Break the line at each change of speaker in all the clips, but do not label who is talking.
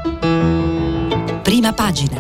Prima pagina.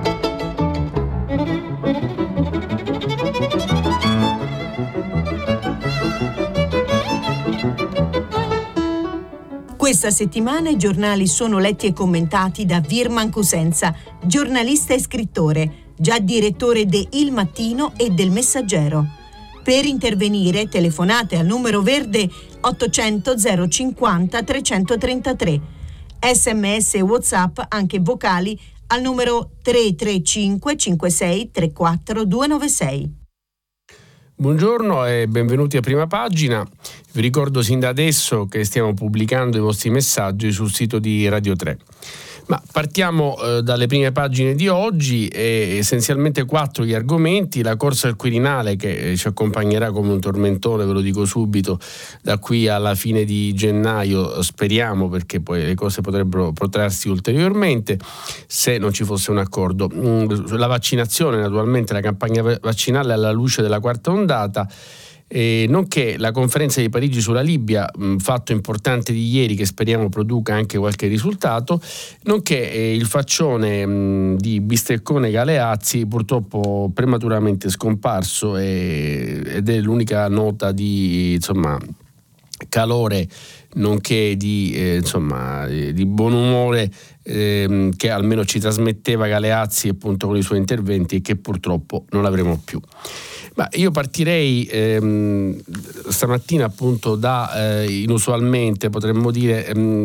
Questa settimana i giornali sono letti e commentati da Virman Cosenza, giornalista e scrittore, già direttore de Il Mattino e del Messaggero. Per intervenire telefonate al numero verde 800 050 333. SMS e WhatsApp, anche vocali, al numero 335 56 34 296.
Buongiorno e benvenuti a Prima Pagina. Vi ricordo sin da adesso che stiamo pubblicando i vostri messaggi sul sito di Radio 3. Ma partiamo dalle prime pagine di oggi e essenzialmente 4 gli argomenti: la corsa al Quirinale che ci accompagnerà come un tormentone, ve lo dico subito, da qui alla fine di gennaio, speriamo, perché poi le cose potrebbero protrarsi ulteriormente se non ci fosse un accordo. La vaccinazione, naturalmente la campagna vaccinale alla luce della quarta ondata, nonché la conferenza di Parigi sulla Libia, fatto importante di ieri che speriamo produca anche qualche risultato, nonché il faccione di Bisteccone Galeazzi, purtroppo prematuramente scomparso, ed è l'unica nota di calore nonché di buon umore che almeno ci trasmetteva Galeazzi appunto con i suoi interventi, e che purtroppo non avremo più. Ma io partirei stamattina appunto da inusualmente, potremmo dire,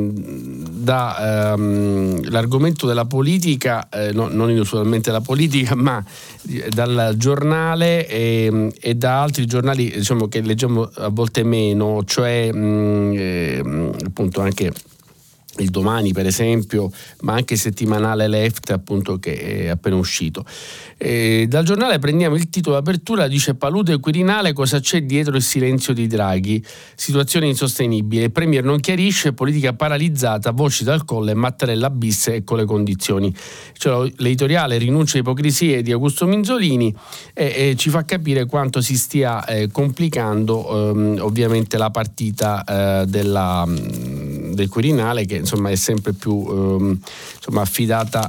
l'argomento della politica, non inusualmente la politica, ma dal giornale e da altri giornali, diciamo, che leggiamo a volte meno, cioè appunto anche il Domani per esempio, ma anche il settimanale Left, appunto, che è appena uscito. Dal giornale prendiamo il titolo d'apertura, dice: palude il Quirinale, cosa c'è dietro il silenzio di Draghi? Situazione insostenibile, il Premier non chiarisce, politica paralizzata, voci dal Colle, Mattarella bis, ecco le condizioni. Cioè, l'editoriale Rinuncia a ipocrisie di Augusto Minzolini e ci fa capire quanto si stia complicando ovviamente la partita del Quirinale, che insomma è sempre più affidata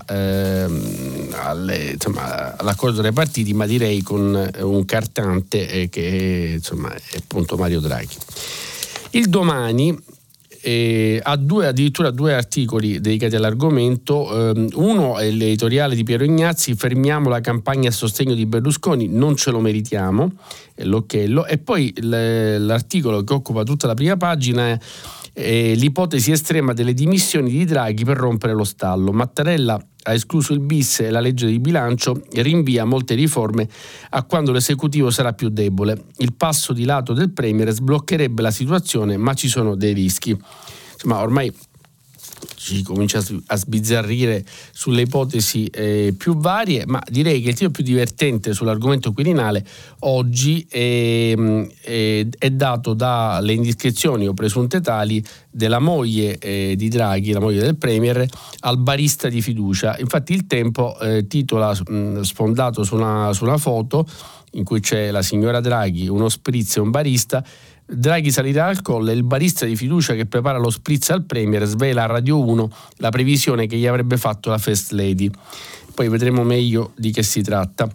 all'accordo dei partiti, ma direi con un cartante che insomma è appunto Mario Draghi. Il Domani ha addirittura due articoli dedicati all'argomento. Uno è l'editoriale di Piero Ignazzi: fermiamo la campagna a sostegno di Berlusconi, non ce lo meritiamo, è l'occhiello. E poi l'articolo che occupa tutta la prima pagina è l'ipotesi estrema delle dimissioni di Draghi per rompere lo stallo. Mattarella ha escluso il bis e la legge di bilancio e rinvia molte riforme a quando l'esecutivo sarà più debole. Il passo di lato del Premier sbloccherebbe la situazione, ma ci sono dei rischi. Insomma, ormai ci comincia a sbizzarrire sulle ipotesi più varie, ma direi che il titolo più divertente sull'argomento Quirinale oggi è dato dalle indiscrezioni o presunte tali della moglie di Draghi, la moglie del Premier, al barista di fiducia. Infatti il Tempo titola, sfondato su una foto in cui c'è la signora Draghi, uno spritz e un barista: Draghi salirà al Colle, il barista di fiducia che prepara lo spritz al Premier svela a Radio 1 la previsione che gli avrebbe fatto la First Lady. Poi vedremo meglio di che si tratta.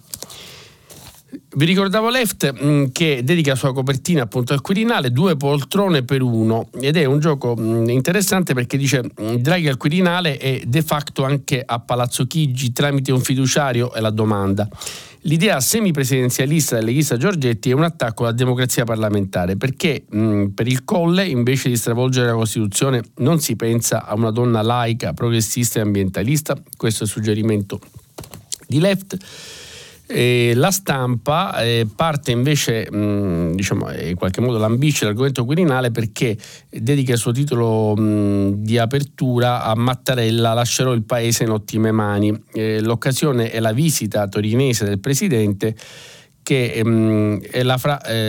Vi ricordavo Left che dedica la sua copertina appunto al Quirinale, 2 poltrone per 1, ed è un gioco interessante perché dice: Draghi al Quirinale e de facto anche a Palazzo Chigi tramite un fiduciario, è la domanda. L'idea semipresidenzialista del leghista Giorgetti è un attacco alla democrazia parlamentare, perché per il Colle, invece di stravolgere la Costituzione, non si pensa a una donna laica, progressista e ambientalista. Questo è il suggerimento di Left. La Stampa parte invece, in qualche modo lambisce l'argomento Quirinale, perché dedica il suo titolo di apertura a Mattarella: lascerò il paese in ottime mani. L'occasione è la visita torinese del presidente, che è la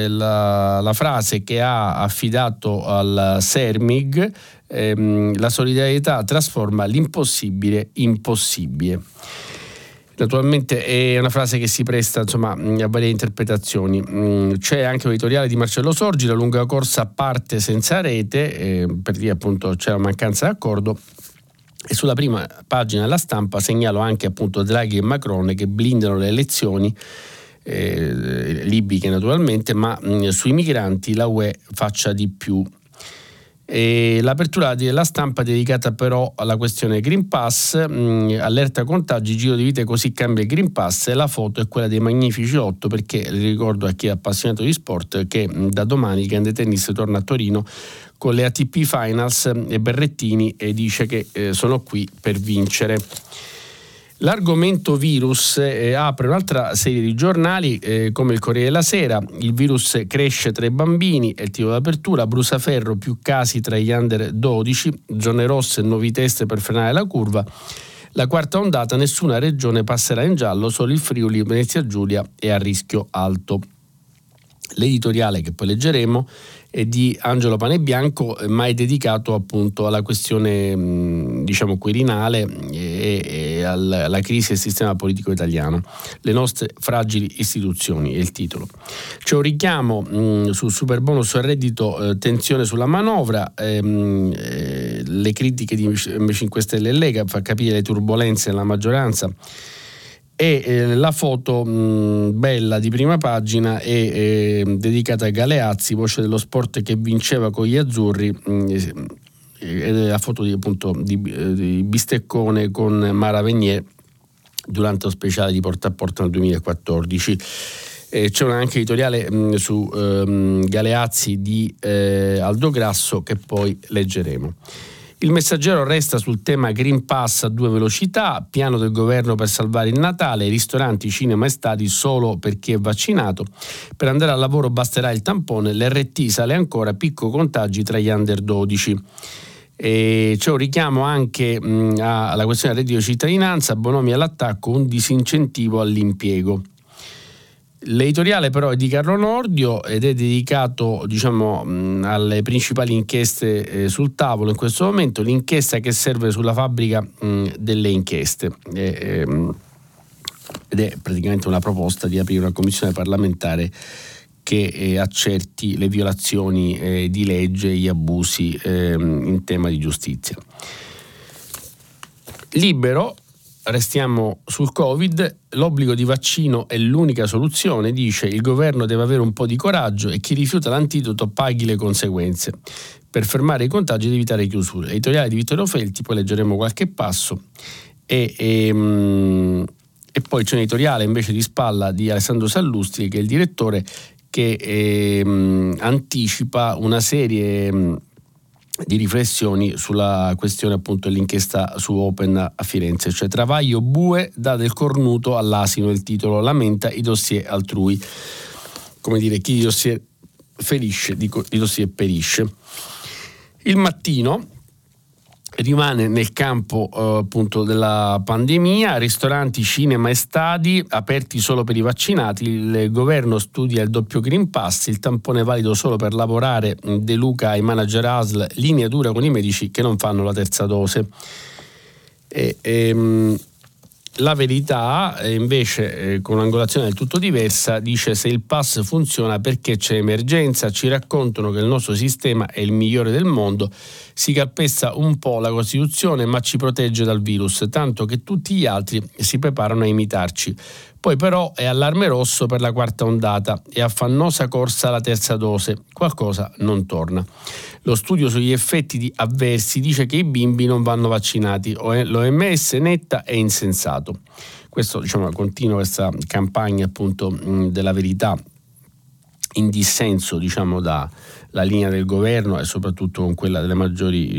frase che ha affidato al Sermig: la solidarietà trasforma l'impossibile in possibile. Naturalmente è una frase che si presta a varie interpretazioni. C'è anche un editoriale di Marcello Sorgi: la lunga corsa parte senza rete, perché appunto c'è una mancanza d'accordo. E sulla prima pagina della Stampa segnalo anche appunto Draghi e Macron che blindano le elezioni libiche naturalmente, ma sui migranti la UE faccia di più. E l'apertura della Stampa è dedicata però alla questione Green Pass, allerta contagi, giro di vite così cambia il Green Pass, e la foto è quella dei Magnifici 8, perché ricordo a chi è appassionato di sport che da domani il grande tennis torna a Torino con le ATP Finals e Berrettini e dice che sono qui per vincere. L'argomento virus apre un'altra serie di giornali come il Corriere della Sera. Il virus cresce tra i bambini, è il titolo d'apertura. Brusaferro, più casi tra gli under 12, zone rosse, nuovi test per frenare la curva. La quarta ondata, nessuna regione passerà in giallo, solo il Friuli, Venezia Giulia è a rischio alto. L'editoriale che poi leggeremo è di Angelo Panebianco, ma è dedicato appunto alla questione diciamo Quirinale e alla crisi del sistema politico italiano, le nostre fragili istituzioni è il titolo. C'è un richiamo sul superbonus al reddito, tensione sulla manovra, le critiche di M5 Stelle e Lega, fa capire le turbolenze nella maggioranza. E la foto bella di prima pagina è dedicata a Galeazzi, voce dello sport che vinceva con gli azzurri, ed è la foto di Bisteccone con Mara Venier durante lo speciale di Porta a Porta nel 2014. C'è anche editoriale su Galeazzi di Aldo Grasso che poi leggeremo. Il Messaggero resta sul tema Green Pass a 2 velocità, piano del governo per salvare il Natale, ristoranti, cinema e stadi solo per chi è vaccinato. Per andare al lavoro basterà il tampone, l'RT sale ancora, picco contagi tra gli under 12. E c'è un richiamo anche alla questione del reddito di cittadinanza, bonomi all'attacco, un disincentivo all'impiego. L'editoriale però è di Carlo Nordio ed è dedicato alle principali inchieste sul tavolo in questo momento, l'inchiesta che serve sulla fabbrica delle inchieste ed è praticamente una proposta di aprire una commissione parlamentare che accerti le violazioni di legge e gli abusi in tema di giustizia. Libero. Restiamo sul Covid, l'obbligo di vaccino è l'unica soluzione, dice il governo deve avere un po' di coraggio e chi rifiuta l'antidoto paghi le conseguenze. Per fermare i contagi ed evitare chiusure. Editoriale di Vittorio Felti, poi leggeremo qualche passo e poi c'è un editoriale invece di Spalla di Alessandro Sallustri che è il direttore che anticipa una serie di riflessioni sulla questione appunto dell'inchiesta su Open a Firenze, cioè Travaglio bue dà del cornuto all'asino, il titolo, lamenta i dossier altrui, come dire chi di dossier ferisce, di dossier perisce. Il Mattino rimane nel campo appunto della pandemia, ristoranti, cinema e stadi aperti solo per i vaccinati, il governo studia il doppio Green Pass, il tampone valido solo per lavorare, De Luca ai manager ASL, linea dura con i medici che non fanno la terza dose. La Verità invece con un'angolazione del tutto diversa dice se il pass funziona perché c'è emergenza, ci raccontano che il nostro sistema è il migliore del mondo, si calpesta un po' la Costituzione ma ci protegge dal virus, tanto che tutti gli altri si preparano a imitarci. Poi però è allarme rosso per la quarta ondata e affannosa corsa alla terza dose, qualcosa non torna. Lo studio sugli effetti avversi dice che i bimbi non vanno vaccinati, l'OMS netta è insensato. Questo continua questa campagna appunto della Verità in dissenso dalla linea del governo e soprattutto con quella delle maggiori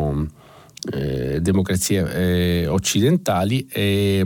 democrazie occidentali e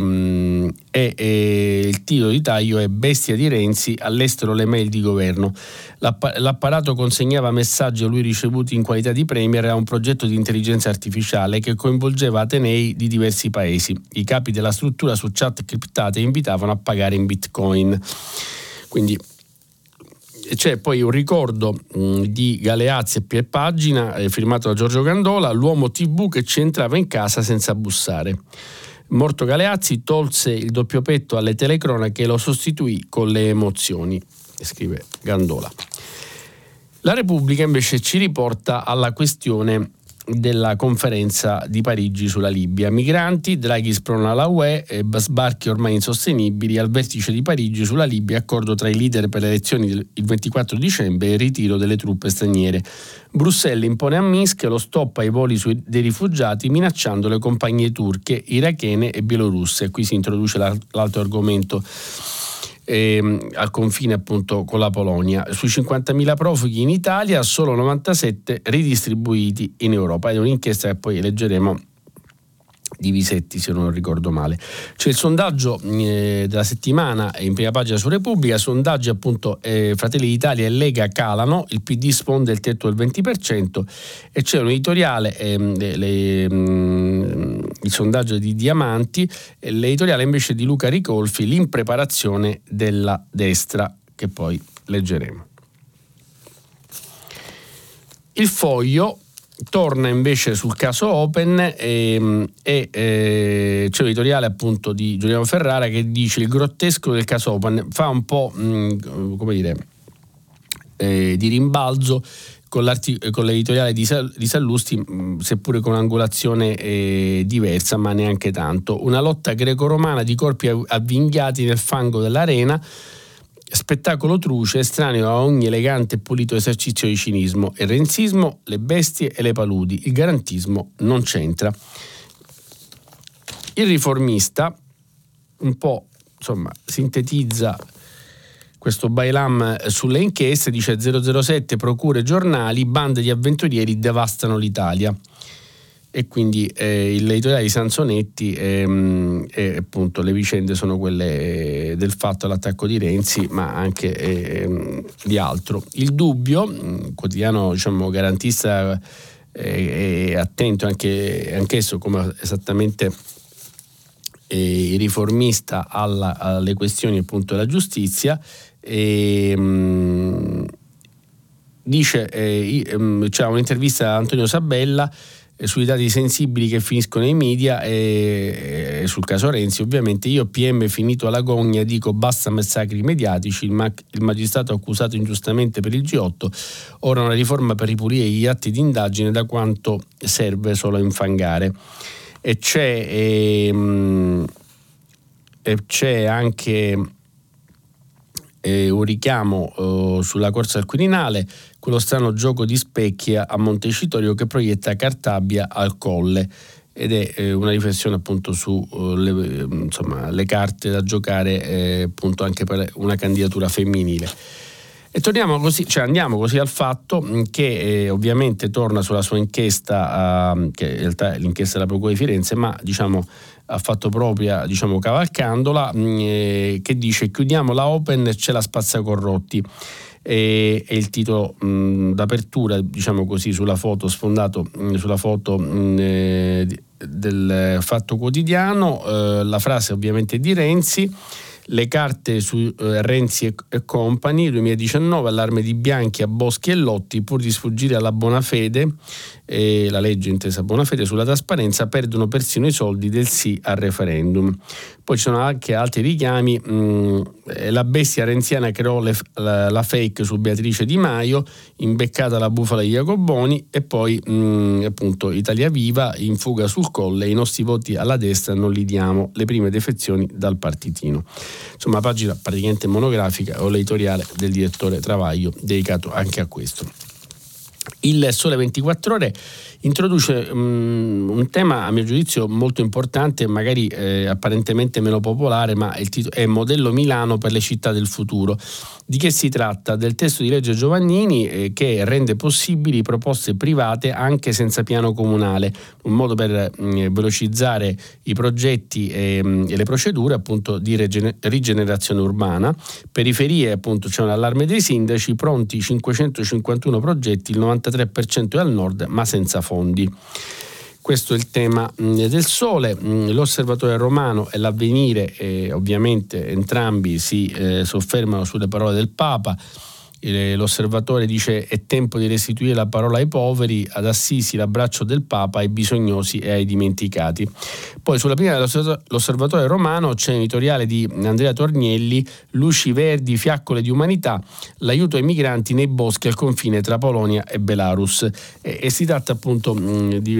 il titolo di taglio è Bestia di Renzi, all'estero le mail di governo. L'apparato consegnava messaggi a lui ricevuti in qualità di premier a un progetto di intelligenza artificiale che coinvolgeva atenei di diversi paesi. I capi della struttura su chat criptate invitavano a pagare in bitcoin. Quindi c'è poi un ricordo di Galeazzi e Pierpagina firmato da Giorgio Gandola, l'uomo TV che ci entrava in casa senza bussare. Morto Galeazzi tolse il doppio petto alle telecronache e lo sostituì con le emozioni, scrive Gandola. La Repubblica invece ci riporta alla questione della conferenza di Parigi sulla Libia. Migranti, Draghi sprona la UE, sbarchi ormai insostenibili, al vertice di Parigi sulla Libia, accordo tra i leader per le elezioni il 24 dicembre e il ritiro delle truppe straniere. Bruxelles impone a Minsk lo stop ai voli dei rifugiati, minacciando le compagnie turche, irachene e bielorusse. Qui si introduce l'altro argomento al confine appunto con la Polonia. Sui 50.000 profughi in Italia, solo 97 ridistribuiti in Europa. È un'inchiesta che poi leggeremo di Visetti, se non ricordo male. C'è il sondaggio della settimana in prima pagina su Repubblica. Sondaggi appunto Fratelli d'Italia e Lega calano, il PD sfonda il tetto del 20% e c'è un editoriale, il sondaggio di Diamanti, l'editoriale invece di Luca Ricolfi, l'impreparazione della destra, che poi leggeremo. Il Foglio torna invece sul caso Open e c'è un editoriale appunto di Giuliano Ferrara che dice: il grottesco del caso Open, fa un po' di rimbalzo con l'editoriale di Sallusti, seppure con un'angolazione diversa, ma neanche tanto. Una lotta greco-romana di corpi avvinghiati nel fango dell'arena, spettacolo truce, estraneo a ogni elegante e pulito esercizio di cinismo. Il renzismo, le bestie e le paludi, il garantismo non c'entra. Il Riformista un po' sintetizza questo bailam sulle inchieste, dice 007, procure, giornali, bande di avventurieri devastano l'Italia. E quindi l'editoriale di Sansonetti e appunto le vicende sono quelle del fatto dell'attacco di Renzi, ma anche di altro. Il Dubbio, quotidiano garantista e attento anch'esso come esattamente il Riformista alle questioni appunto della giustizia, dice c'è un'intervista a Antonio Sabella sui dati sensibili che finiscono nei media e sul caso Renzi. Ovviamente io PM finito alla gogna dico basta massacri mediatici, il magistrato accusato ingiustamente per il G8, ora una riforma per ripulire gli atti di indagine da quanto serve solo a infangare. E c'è anche un richiamo sulla corsa al Quirinale, quello strano gioco di specchi a Montecitorio che proietta Cartabia al Colle, ed è una riflessione appunto su le carte da giocare appunto anche per una candidatura femminile. E andiamo così al Fatto, che ovviamente torna sulla sua inchiesta, che in realtà è l'inchiesta della Procura di Firenze, ma ha fatto propria cavalcandola, che dice: chiudiamo la Open, c'è la spazzacorrotti. E il titolo d'apertura sulla foto, sfondato sulla foto del Fatto Quotidiano. La frase ovviamente è di Renzi: le carte su Renzi e Company 2019, allarme di Bianchi a Boschi e Lotti, pur di sfuggire alla buona fede, la legge intesa buona fede sulla trasparenza, perdono persino i soldi del sì al referendum. Poi ci sono anche altri richiami, la bestia renziana creò la fake su Beatrice Di Maio, imbeccata la bufala di Jacoboni, e poi appunto Italia Viva in fuga sul Colle, i nostri voti alla destra non li diamo, le prime defezioni dal partitino. Insomma, pagina praticamente monografica o l'editoriale del direttore Travaglio dedicato anche a questo. Il Sole 24 Ore introduce un tema a mio giudizio molto importante, magari apparentemente meno popolare, ma il titolo è Modello Milano per le città del futuro. Di che si tratta? Del testo di legge Giovannini che rende possibili proposte private anche senza piano comunale, un modo per velocizzare i progetti e le procedure appunto di rigenerazione urbana. Periferie, appunto, c'è un allarme dei sindaci, pronti 551 progetti, il 93% è al nord ma senza fondi. Questo è il tema del Sole. L'Osservatore Romano e l'Avvenire ovviamente entrambi si soffermano sulle parole del Papa. L'Osservatore dice: è tempo di restituire la parola ai poveri, ad Assisi l'abbraccio del Papa, ai bisognosi e ai dimenticati. Poi sulla prima dell'Osservatore romano c'è un editoriale di Andrea Tornielli: luci verdi, fiaccole di umanità, l'aiuto ai migranti nei boschi al confine tra Polonia e Belarus. E si tratta appunto di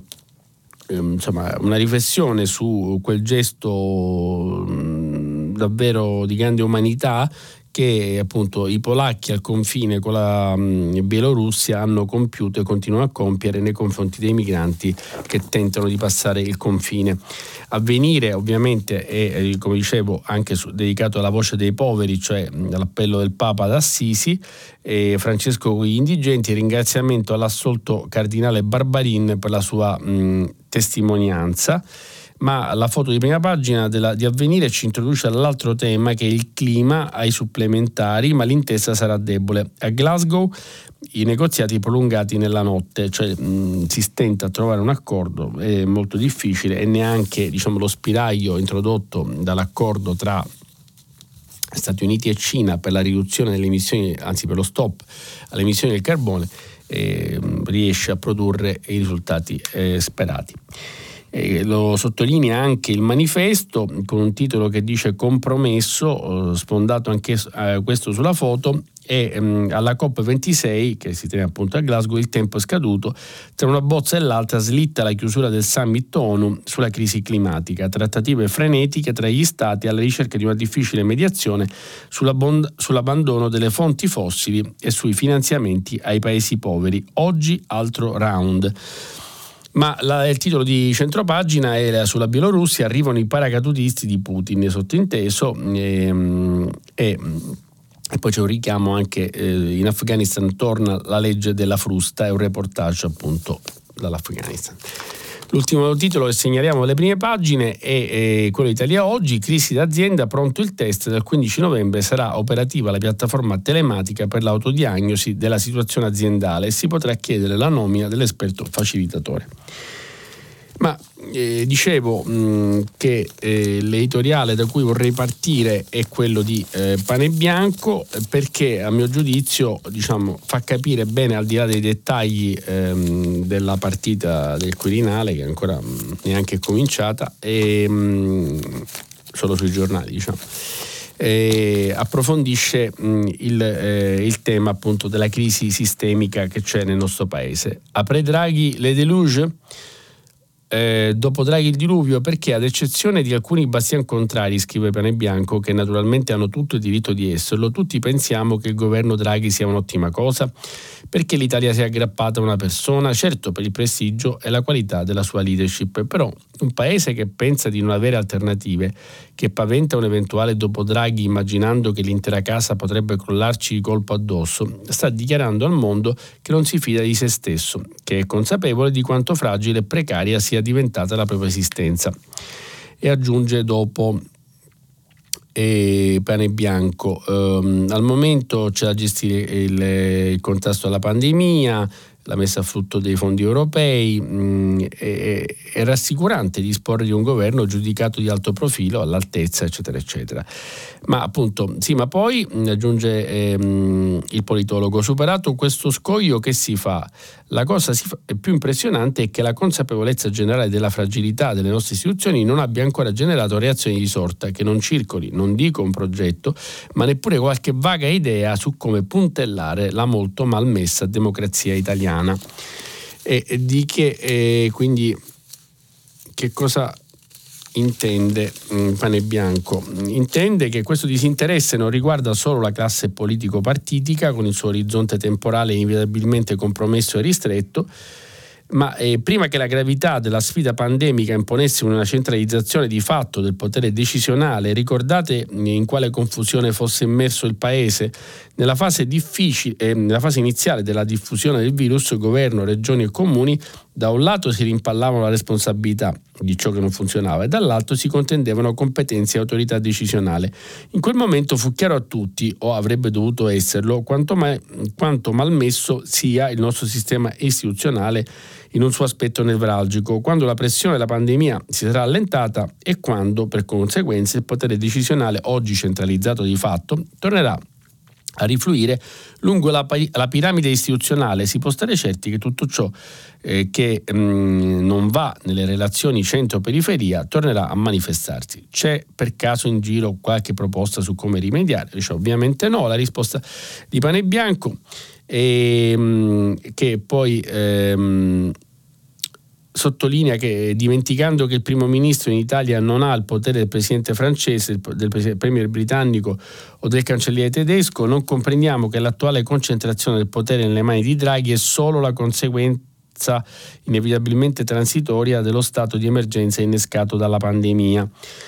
una riflessione su quel gesto davvero di grande umanità che appunto i polacchi al confine con la Bielorussia hanno compiuto e continuano a compiere nei confronti dei migranti che tentano di passare il confine. Avvenire ovviamente è, come dicevo, anche dedicato alla voce dei poveri, cioè all'appello del Papa ad Assisi, e Francesco con gli indigenti, ringraziamento all'assolto cardinale Barbarin per la sua testimonianza. Ma la foto di prima pagina di Avvenire ci introduce all'altro tema, che è il clima, ai supplementari, ma l'intesa sarà debole. A Glasgow i negoziati prolungati nella notte, cioè si stenta a trovare un accordo, è molto difficile, e neanche lo spiraglio introdotto dall'accordo tra Stati Uniti e Cina per la riduzione delle emissioni, anzi per lo stop alle emissioni del carbone, riesce a produrre i risultati sperati. Lo sottolinea anche il manifesto con un titolo che dice compromesso, sfondato anche questo sulla foto, e alla COP26 che si tiene appunto a Glasgow il tempo è scaduto, tra una bozza e l'altra slitta la chiusura del summit ONU sulla crisi climatica, trattative frenetiche tra gli stati alla ricerca di una difficile mediazione sull'abbandono delle fonti fossili e sui finanziamenti ai paesi poveri. Oggi altro round. Ma il titolo di centropagina era sulla Bielorussia: arrivano i paracadutisti di Putin, sottinteso, e poi c'è un richiamo anche in Afghanistan torna la legge della frusta, è un reportage appunto dall'Afghanistan. L'ultimo titolo che segnaliamo alle prime pagine è quello di Italia Oggi: crisi d'azienda, pronto il test, dal 15 novembre sarà operativa la piattaforma telematica per l'autodiagnosi della situazione aziendale e si potrà chiedere la nomina dell'esperto facilitatore. Ma dicevo che l'editoriale da cui vorrei partire è quello di Pane Bianco, perché a mio giudizio fa capire bene, al di là dei dettagli della partita del Quirinale, che ancora neanche è cominciata, solo sui giornali approfondisce il tema appunto della crisi sistemica che c'è nel nostro paese. Après Draghi le deluge? Dopo Draghi il diluvio, perché ad eccezione di alcuni bastian contrari, scrive Pane Bianco, che naturalmente hanno tutto il diritto di esserlo, tutti pensiamo che il governo Draghi sia un'ottima cosa, perché l'Italia si è aggrappata a una persona, certo per il prestigio e la qualità della sua leadership, però un paese che pensa di non avere alternative, che paventa un eventuale dopo Draghi immaginando che l'intera casa potrebbe crollarci di colpo addosso, sta dichiarando al mondo che non si fida di se stesso, che è consapevole di quanto fragile e precaria sia diventata la propria esistenza. E aggiunge dopo Pane Bianco: al momento c'è da gestire il contrasto alla pandemia, la messa a frutto dei fondi europei, è rassicurante disporre di un governo giudicato di alto profilo, all'altezza, eccetera eccetera. Ma appunto sì, ma poi aggiunge il politologo: superato questo scoglio che si fa? La cosa più impressionante è che la consapevolezza generale della fragilità delle nostre istituzioni non abbia ancora generato reazioni di sorta, che non circoli, non dico un progetto, ma neppure qualche vaga idea su come puntellare la molto malmessa democrazia italiana. E di che quindi che cosa intende Pane Bianco? Intende che questo disinteresse non riguarda solo la classe politico-partitica, con il suo orizzonte temporale inevitabilmente compromesso e ristretto, ma prima che la gravità della sfida pandemica imponesse una centralizzazione di fatto del potere decisionale, ricordate in quale confusione fosse immerso il Paese? Nella fase iniziale della diffusione del virus, governo, regioni e comuni da un lato si rimpallavano la responsabilità di ciò che non funzionava e dall'altro si contendevano competenze e autorità decisionale. In quel momento fu chiaro a tutti, o avrebbe dovuto esserlo, quanto malmesso sia il nostro sistema istituzionale in un suo aspetto nevralgico, quando la pressione della pandemia si sarà allentata e quando, per conseguenza, il potere decisionale, oggi centralizzato di fatto, tornerà a rifluire lungo la piramide istituzionale. Si può stare certi che tutto ciò che non va nelle relazioni centro-periferia tornerà a manifestarsi. C'è per caso in giro qualche proposta su come rimediare? Ovviamente no. La risposta di Panebianco che poi sottolinea che, dimenticando che il primo ministro in Italia non ha il potere del presidente francese, del premier britannico o del cancelliere tedesco, non comprendiamo che l'attuale concentrazione del potere nelle mani di Draghi è solo la conseguenza inevitabilmente transitoria dello stato di emergenza innescato dalla pandemia.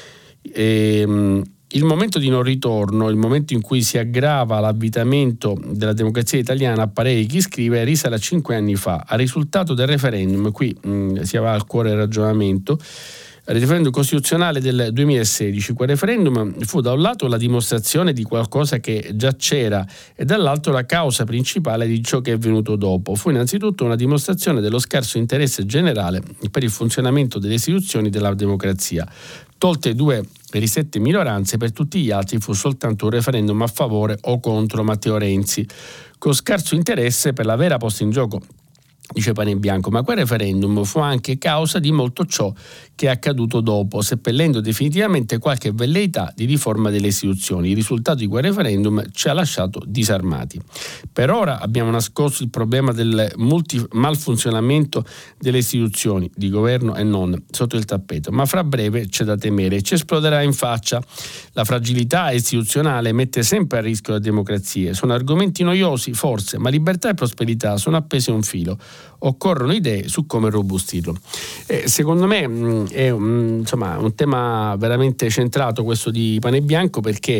Il momento di non ritorno, il momento in cui si aggrava l'avvitamento della democrazia italiana, a parere di chi scrive, risale a 5 anni fa, al risultato del referendum. Qui si va al cuore del ragionamento. Il referendum costituzionale del 2016, quel referendum fu da un lato la dimostrazione di qualcosa che già c'era e dall'altro la causa principale di ciò che è venuto dopo. Fu innanzitutto una dimostrazione dello scarso interesse generale per il funzionamento delle istituzioni della democrazia. Tolte 2 risette minoranze, per tutti gli altri fu soltanto un referendum a favore o contro Matteo Renzi, con scarso interesse per la vera posta in gioco, dice Panebianco, ma quel referendum fu anche causa di molto ciò che è accaduto dopo, seppellendo definitivamente qualche velleità di riforma delle istituzioni. Il risultato di quel referendum ci ha lasciato disarmati. Per ora abbiamo nascosto il problema del malfunzionamento delle istituzioni, di governo e non, sotto il tappeto, ma fra breve c'è da temere, ci esploderà in faccia. La fragilità istituzionale mette sempre a rischio le democrazie. Sono argomenti noiosi, forse, ma libertà e prosperità sono appese a un filo. Occorrono idee su come robustirlo. Secondo me è un tema veramente centrato questo di Panebianco, perché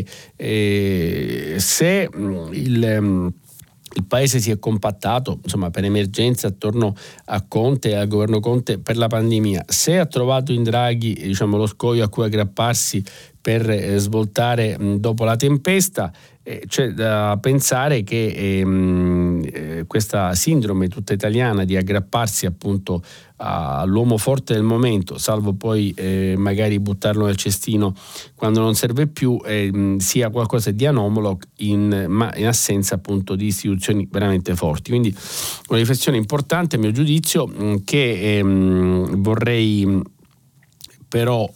se il Paese si è compattato per emergenza attorno a Conte e al governo Conte per la pandemia, se ha trovato in Draghi lo scoglio a cui aggrapparsi per svoltare dopo la tempesta, c'è da pensare che questa sindrome tutta italiana di aggrapparsi appunto all'uomo forte del momento, salvo poi magari buttarlo nel cestino quando non serve più, sia qualcosa di anomalo in assenza appunto di istituzioni veramente forti. Quindi una riflessione importante a mio giudizio, che vorrei però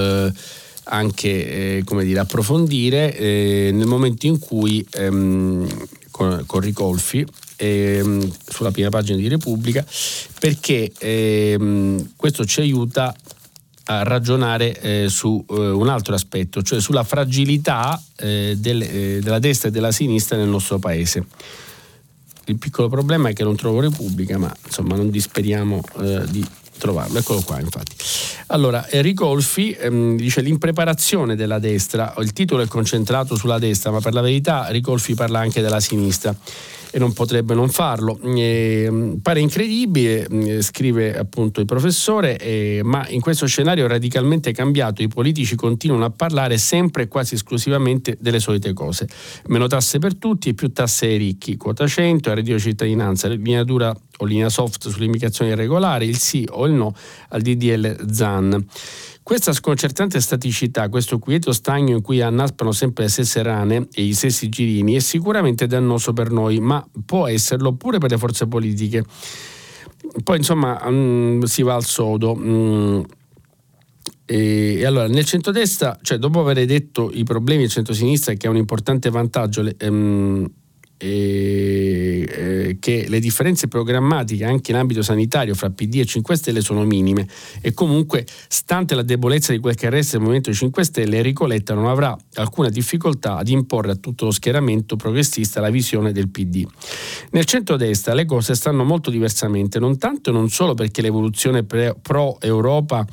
anche approfondire nel momento in cui con Ricolfi sulla prima pagina di Repubblica, perché questo ci aiuta a ragionare su un altro aspetto, cioè sulla fragilità della destra e della sinistra nel nostro Paese. Il piccolo problema è che non trovo Repubblica, ma non disperiamo di trovarlo. Eccolo qua, infatti. Allora, Ricolfi dice l'impreparazione della destra. Il titolo è concentrato sulla destra, ma per la verità Ricolfi parla anche della sinistra e non potrebbe non farlo. Pare incredibile, scrive appunto il professore, ma in questo scenario radicalmente cambiato i politici continuano a parlare sempre e quasi esclusivamente delle solite cose: meno tasse per tutti e più tasse ai ricchi, quota 100, reddito di cittadinanza, linea dura o linea soft sull'immigrazione irregolare, il sì o il no al DDL Zan. Questa sconcertante staticità, questo quieto stagno in cui annaspano sempre le stesse rane e gli stessi girini, è sicuramente dannoso per noi, ma può esserlo pure per le forze politiche. Poi si va al sodo. E allora nel centrodestra, dopo aver detto i problemi del centrosinistra, che è un importante vantaggio che le differenze programmatiche anche in ambito sanitario fra PD e 5 Stelle sono minime, e comunque, stante la debolezza di quel che resta del Movimento 5 Stelle, Enrico Letta non avrà alcuna difficoltà ad imporre a tutto lo schieramento progressista la visione del PD. Nel centrodestra le cose stanno molto diversamente, non tanto e non solo perché l'evoluzione pro-Europa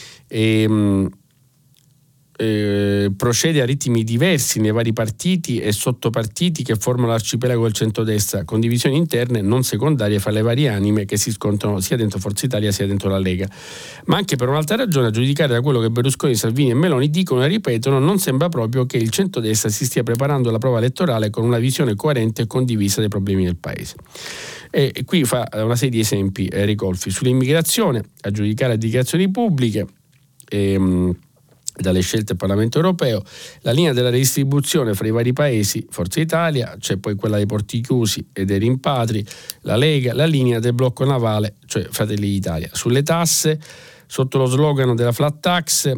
procede a ritmi diversi nei vari partiti e sottopartiti che formano l'arcipelago del centrodestra, con divisioni interne non secondarie fra le varie anime che si scontrano sia dentro Forza Italia sia dentro la Lega. Ma anche per un'altra ragione, a giudicare da quello che Berlusconi, Salvini e Meloni dicono e ripetono, non sembra proprio che il centrodestra si stia preparando alla prova elettorale con una visione coerente e condivisa dei problemi del Paese. E qui fa una serie di esempi Ricolfi sull'immigrazione, a giudicare a dichiarazioni pubbliche. dalle scelte del Parlamento europeo, la linea della redistribuzione fra i vari paesi, Forza Italia, c'è poi quella dei porti chiusi e dei rimpatri, la Lega, la linea del blocco navale, cioè Fratelli d'Italia. Sulle tasse, sotto lo slogan della flat tax,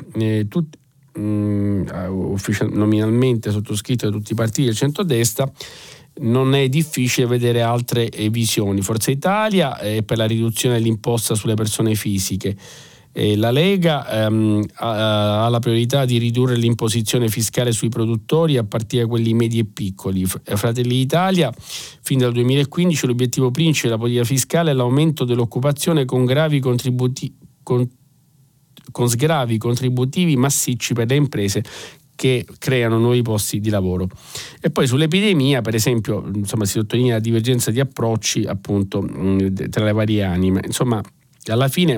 nominalmente sottoscritto da tutti i partiti del centrodestra, non è difficile vedere altre visioni. Forza Italia è per la riduzione dell'imposta sulle persone fisiche. La Lega ha la priorità di ridurre l'imposizione fiscale sui produttori a partire da quelli medi e piccoli. Fratelli d'Italia, fin dal 2015 l'obiettivo principe della politica fiscale è l'aumento dell'occupazione con sgravi contributivi massicci per le imprese che creano nuovi posti di lavoro. E poi sull'epidemia, per esempio, si sottolinea la divergenza di approcci appunto tra le varie anime. Insomma, alla fine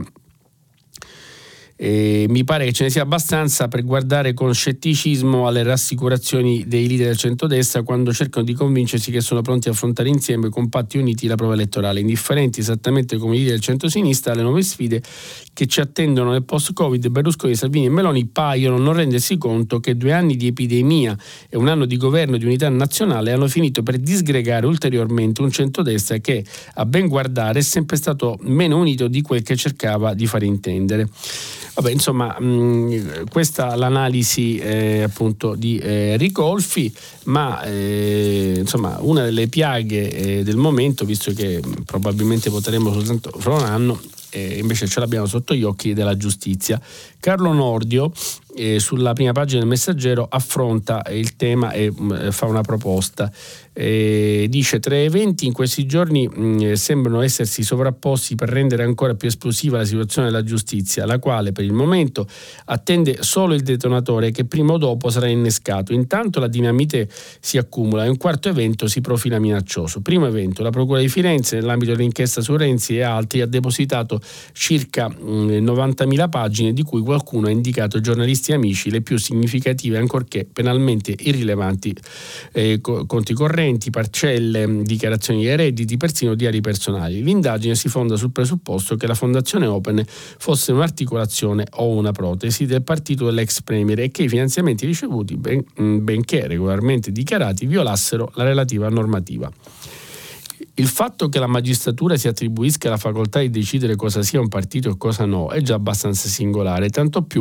mi pare che ce ne sia abbastanza per guardare con scetticismo alle rassicurazioni dei leader del centrodestra quando cercano di convincersi che sono pronti a affrontare insieme, compatti e uniti, la prova elettorale, indifferenti esattamente come i leader del centrosinistra alle nuove sfide che ci attendono nel post-Covid. Berlusconi, Salvini e Meloni paiono non rendersi conto che 2 anni di epidemia e 1 anno di governo di unità nazionale hanno finito per disgregare ulteriormente un centrodestra che, a ben guardare, è sempre stato meno unito di quel che cercava di far intendere. Vabbè, insomma, questa è l'analisi appunto di Ricolfi, ma insomma una delle piaghe del momento, visto che probabilmente voteremo soltanto fra un anno, invece ce l'abbiamo sotto gli occhi, della giustizia. Carlo Nordio sulla prima pagina del Messaggero affronta il tema e fa una proposta. Dice: 3 eventi in questi giorni sembrano essersi sovrapposti per rendere ancora più esplosiva la situazione della giustizia, la quale per il momento attende solo il detonatore che prima o dopo sarà innescato. Intanto la dinamite si accumula e un quarto evento si profila minaccioso. Primo evento: la Procura di Firenze, nell'ambito dell'inchiesta su Renzi e altri, ha depositato circa 90.000 pagine, di cui qualcuno ha indicato ai giornalisti amici le più significative, ancorché penalmente irrilevanti, conti correnti, parcelle, dichiarazioni di redditi, persino diari personali. L'indagine si fonda sul presupposto che la Fondazione Open fosse un'articolazione o una protesi del partito dell'ex premier e che i finanziamenti ricevuti, benché regolarmente dichiarati, violassero la relativa normativa. Il fatto che la magistratura si attribuisca la facoltà di decidere cosa sia un partito e cosa no è già abbastanza singolare, tanto più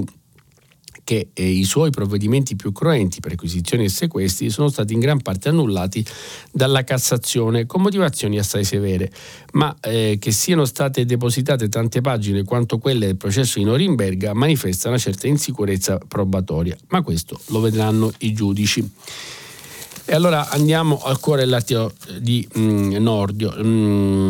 che i suoi provvedimenti più cruenti, perquisizioni e sequestri, sono stati in gran parte annullati dalla Cassazione con motivazioni assai severe, ma che siano state depositate tante pagine quanto quelle del processo di Norimberga manifesta una certa insicurezza probatoria, ma questo lo vedranno i giudici. E allora andiamo al cuore dell'articolo di Nordio.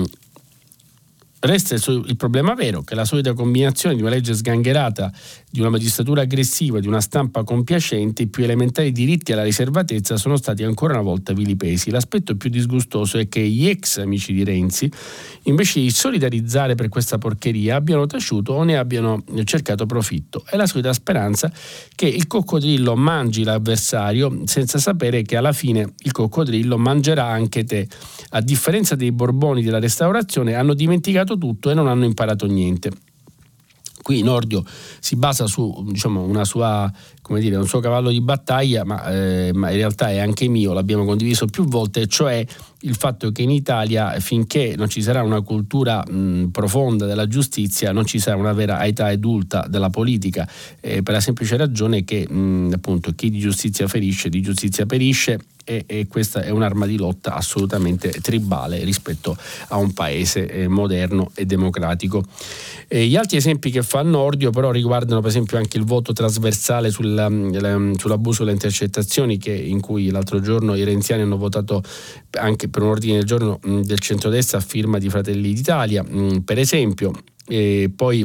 Resta il problema vero che la solita combinazione di una legge sgangherata, di una magistratura aggressiva, di una stampa compiacente, i più elementari diritti alla riservatezza sono stati ancora una volta vilipesi. L'aspetto più disgustoso è che gli ex amici di Renzi, invece di solidarizzare per questa porcheria, abbiano taciuto o ne abbiano cercato profitto. È la solita speranza che il coccodrillo mangi l'avversario senza sapere che alla fine il coccodrillo mangerà anche te. A differenza dei Borboni della Restaurazione, hanno dimenticato tutto e non hanno imparato niente. Qui Nordio si basa su un suo cavallo di battaglia, ma in realtà è anche mio, l'abbiamo condiviso più volte, cioè il fatto che in Italia, finché non ci sarà una cultura profonda della giustizia, non ci sarà una vera età adulta della politica, per la semplice ragione che appunto chi di giustizia ferisce, di giustizia perisce, e questa è un'arma di lotta assolutamente tribale rispetto a un paese moderno e democratico. Gli altri esempi che fa Nordio però riguardano per esempio anche il voto trasversale sull'abuso delle intercettazioni, in cui l'altro giorno i renziani hanno votato anche per un ordine del giorno del centrodestra a firma di Fratelli d'Italia, per esempio. Poi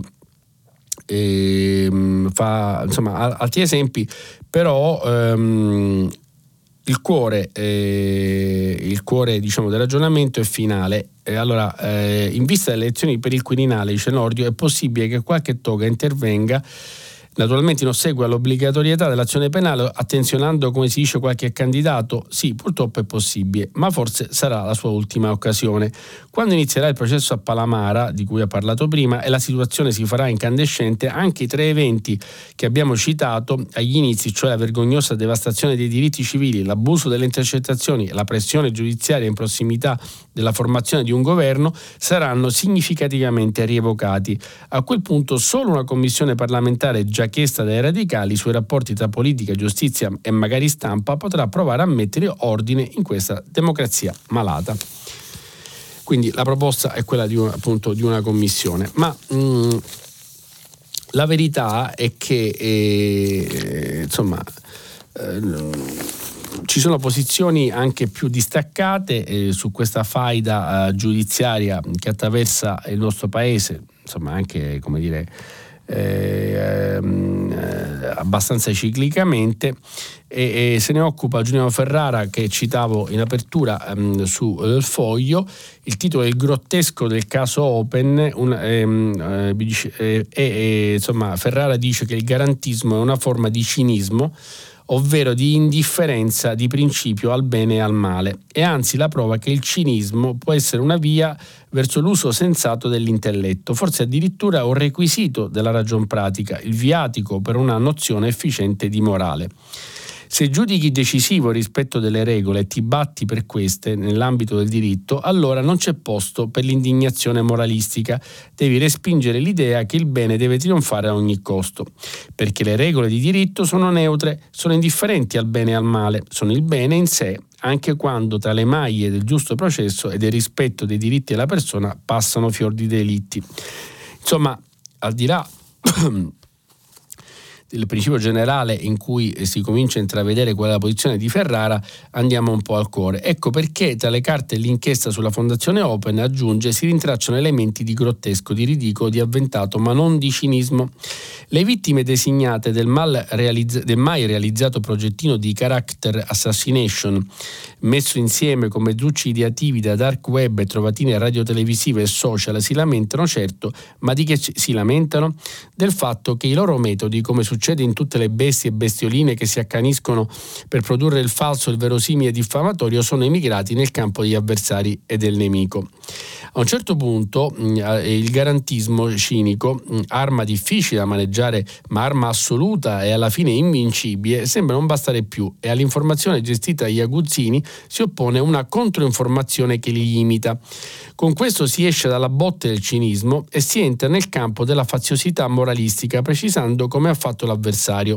fa altri esempi, però il cuore del ragionamento è finale. Allora, in vista delle elezioni per il Quirinale, dice Nordio, è possibile che qualche toga intervenga naturalmente in ossequio all'obbligatorietà dell'azione penale, attenzionando, come si dice, qualche candidato? Sì, purtroppo è possibile, ma forse sarà la sua ultima occasione. Quando inizierà il processo a Palamara, di cui ho parlato prima, e la situazione si farà incandescente, anche i 3 eventi che abbiamo citato agli inizi, cioè la vergognosa devastazione dei diritti civili, l'abuso delle intercettazioni e la pressione giudiziaria in prossimità della formazione di un governo, saranno significativamente rievocati. A quel punto solo una commissione parlamentare già chiesta dai radicali sui rapporti tra politica, giustizia e magari stampa potrà provare a mettere ordine in questa democrazia malata. Quindi la proposta è quella di una commissione, ma la verità è che ci sono posizioni anche più distaccate su questa faida giudiziaria che attraversa il nostro paese, insomma anche, come dire, abbastanza ciclicamente, e se ne occupa Giuliano Ferrara, che citavo in apertura su Il Foglio. Il titolo è Il grottesco del caso Open. Ferrara dice che il garantismo è una forma di cinismo, ovvero di indifferenza di principio al bene e al male, e anzi la prova che il cinismo può essere una via verso l'uso sensato dell'intelletto, forse addirittura un requisito della ragion pratica, il viatico per una nozione efficiente di morale. Se giudichi decisivo il rispetto delle regole e ti batti per queste nell'ambito del diritto, allora non c'è posto per l'indignazione moralistica. Devi respingere l'idea che il bene deve trionfare a ogni costo, perché le regole di diritto sono neutre, sono indifferenti al bene e al male, sono il bene in sé, anche quando tra le maglie del giusto processo e del rispetto dei diritti della persona passano fior di delitti. Insomma, al di là del principio generale in cui si comincia a intravedere qual è la posizione di Ferrara, andiamo un po' al cuore. Ecco perché tra le carte dell'inchiesta sulla Fondazione Open, aggiunge, si rintracciano elementi di grottesco, di ridicolo, di avventato, ma non di cinismo. Le vittime designate del mai realizzato progettino di character assassination, messo insieme con mezzucci ideativi da dark web e trovatine radiotelevisive e social, si lamentano, certo, ma di che si lamentano? Del fatto che i loro metodi, come succede in tutte le bestie e bestioline che si accaniscono per produrre il falso, il verosimile diffamatorio, sono emigrati nel campo degli avversari e del nemico. A un certo punto il garantismo cinico, arma difficile da maneggiare ma arma assoluta e alla fine invincibile, sembra non bastare più, e all'informazione gestita dagli aguzzini si oppone una controinformazione che li imita. Con questo si esce dalla botte del cinismo e si entra nel campo della faziosità moralistica, precisamente come ha fatto l'avversario.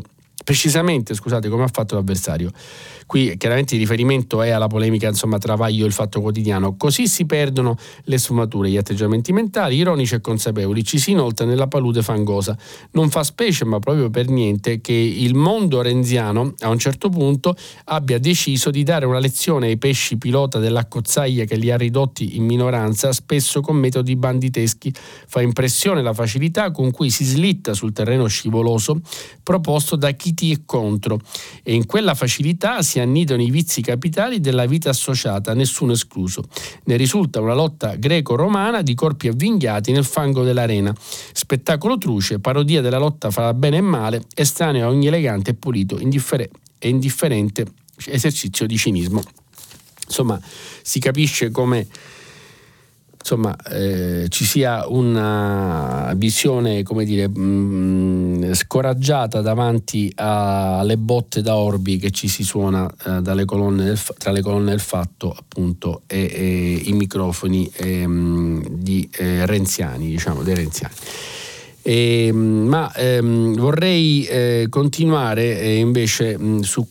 Qui chiaramente il riferimento è alla polemica, tra Vaglio e il Fatto Quotidiano. Così si perdono le sfumature, gli atteggiamenti mentali, ironici e consapevoli, ci si inoltra nella palude fangosa. Non fa specie, ma proprio per niente, che il mondo renziano a un certo punto abbia deciso di dare una lezione ai pesci pilota dell'accozzaglia che li ha ridotti in minoranza, spesso con metodi banditeschi. Fa impressione la facilità con cui si slitta sul terreno scivoloso proposto da chi ti è contro, e in quella facilità si annidano i vizi capitali della vita associata, nessuno escluso. Ne risulta una lotta greco-romana di corpi avvinghiati nel fango dell'arena, spettacolo truce, parodia della lotta fra bene e male, estraneo a ogni elegante e pulito e indifferente esercizio di cinismo. Insomma, si capisce come ci sia una visione, scoraggiata davanti alle botte da orbi che ci si suona tra le colonne del Fatto, appunto, e i microfoni di renziani, dei renziani. Vorrei continuare invece su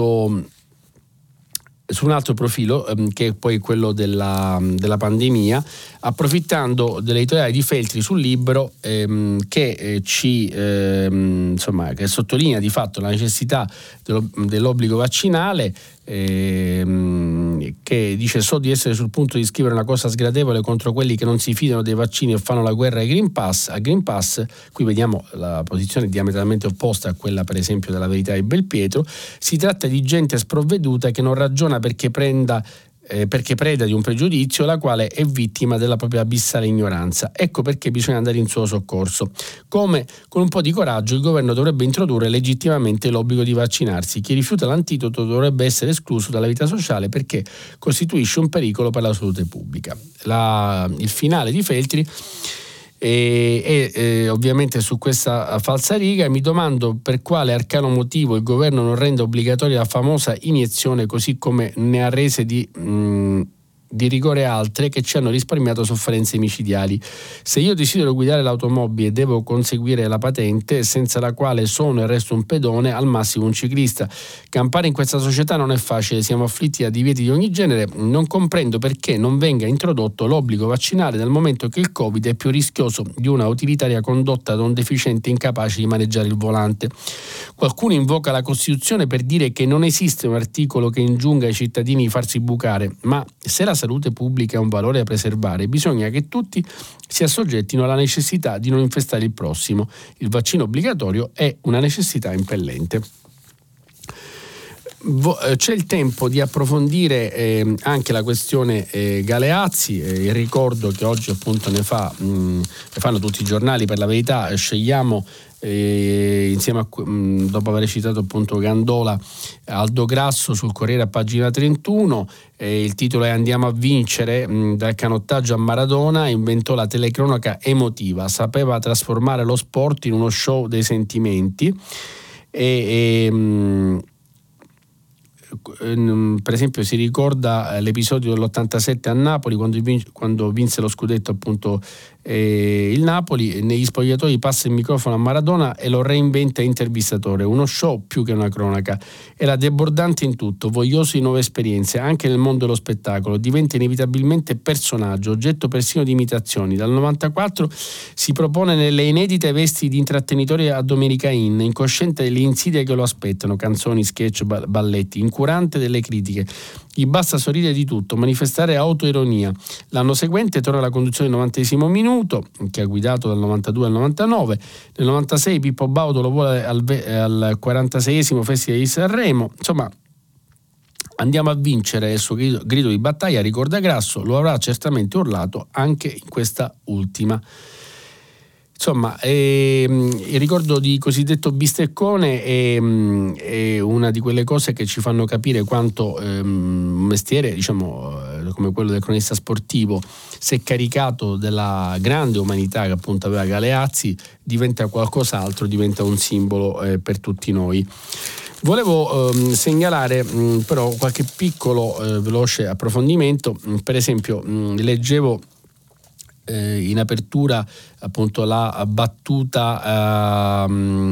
un altro profilo, che è poi quello della pandemia, approfittando dell'editoriale di Feltri sul Libero, che sottolinea di fatto la necessità dell'obbligo vaccinale, che dice: so di essere sul punto di scrivere una cosa sgradevole contro quelli che non si fidano dei vaccini e fanno la guerra al Green Pass. Qui vediamo la posizione diametralmente opposta a quella, per esempio, della Verità di Belpietro. Si tratta di gente sprovveduta che non ragiona perché prenda perché preda di un pregiudizio, la quale è vittima della propria abissale ignoranza. Ecco perché bisogna andare in suo soccorso. Come con un po' di coraggio il governo dovrebbe introdurre legittimamente l'obbligo di vaccinarsi. Chi rifiuta l'antidoto dovrebbe essere escluso dalla vita sociale perché costituisce un pericolo per la salute pubblica. Il finale di Feltri e ovviamente su questa falsariga mi domando per quale arcano motivo il governo non renda obbligatoria la famosa iniezione, così come ne ha rese di rigore altre che ci hanno risparmiato sofferenze micidiali. Se io desidero guidare l'automobile devo conseguire la patente, senza la quale sono e resto un pedone, al massimo un ciclista. Campare in questa società non è facile, siamo afflitti da divieti di ogni genere. Non comprendo perché non venga introdotto l'obbligo vaccinale nel momento che il Covid è più rischioso di una utilitaria condotta da un deficiente incapace di maneggiare il volante. Qualcuno invoca la Costituzione per dire che non esiste un articolo che ingiunga ai cittadini di farsi bucare, ma se la salute pubblica è un valore da preservare, bisogna che tutti si assoggettino alla necessità di non infestare il prossimo. Il vaccino obbligatorio è una necessità impellente. C'è il tempo di approfondire anche la questione Galeazzi, il ricordo che oggi appunto ne fanno tutti i giornali, per la verità scegliamo insieme dopo aver citato appunto Gandola, Aldo Grasso sul Corriere a pagina 31, il titolo è Andiamo a vincere, dal canottaggio a Maradona inventò la telecronaca emotiva, sapeva trasformare lo sport in uno show dei sentimenti per esempio si ricorda l'episodio dell'87 a Napoli quando vinse lo scudetto appunto il Napoli. Negli spogliatoi passa il microfono a Maradona e lo reinventa intervistatore, uno show più che una cronaca. Era debordante in tutto, voglioso di nuove esperienze anche nel mondo dello spettacolo, diventa inevitabilmente personaggio, oggetto persino di imitazioni. Dal 94 si propone nelle inedite vesti di intrattenitore a Domenica Inn, incosciente delle insidie che lo aspettano, canzoni, sketch, balletti, incurante delle critiche. Gli basta sorridere di tutto, manifestare autoironia. L'anno seguente torna alla conduzione del 90° minuto, che ha guidato dal 92 al 99. Nel 96 Pippo Baudo lo vuole al 46esimo Festival di Sanremo. Insomma, andiamo a vincere, il suo grido di battaglia, ricorda Grasso, lo avrà certamente urlato anche in questa ultima. Insomma, il ricordo di cosiddetto bisteccone è una di quelle cose che ci fanno capire quanto un mestiere, diciamo, come quello del cronista sportivo, se caricato della grande umanità che appunto aveva Galeazzi, diventa qualcos'altro, diventa un simbolo per tutti noi. Volevo segnalare però qualche piccolo veloce approfondimento. Per esempio leggevo in apertura appunto la battuta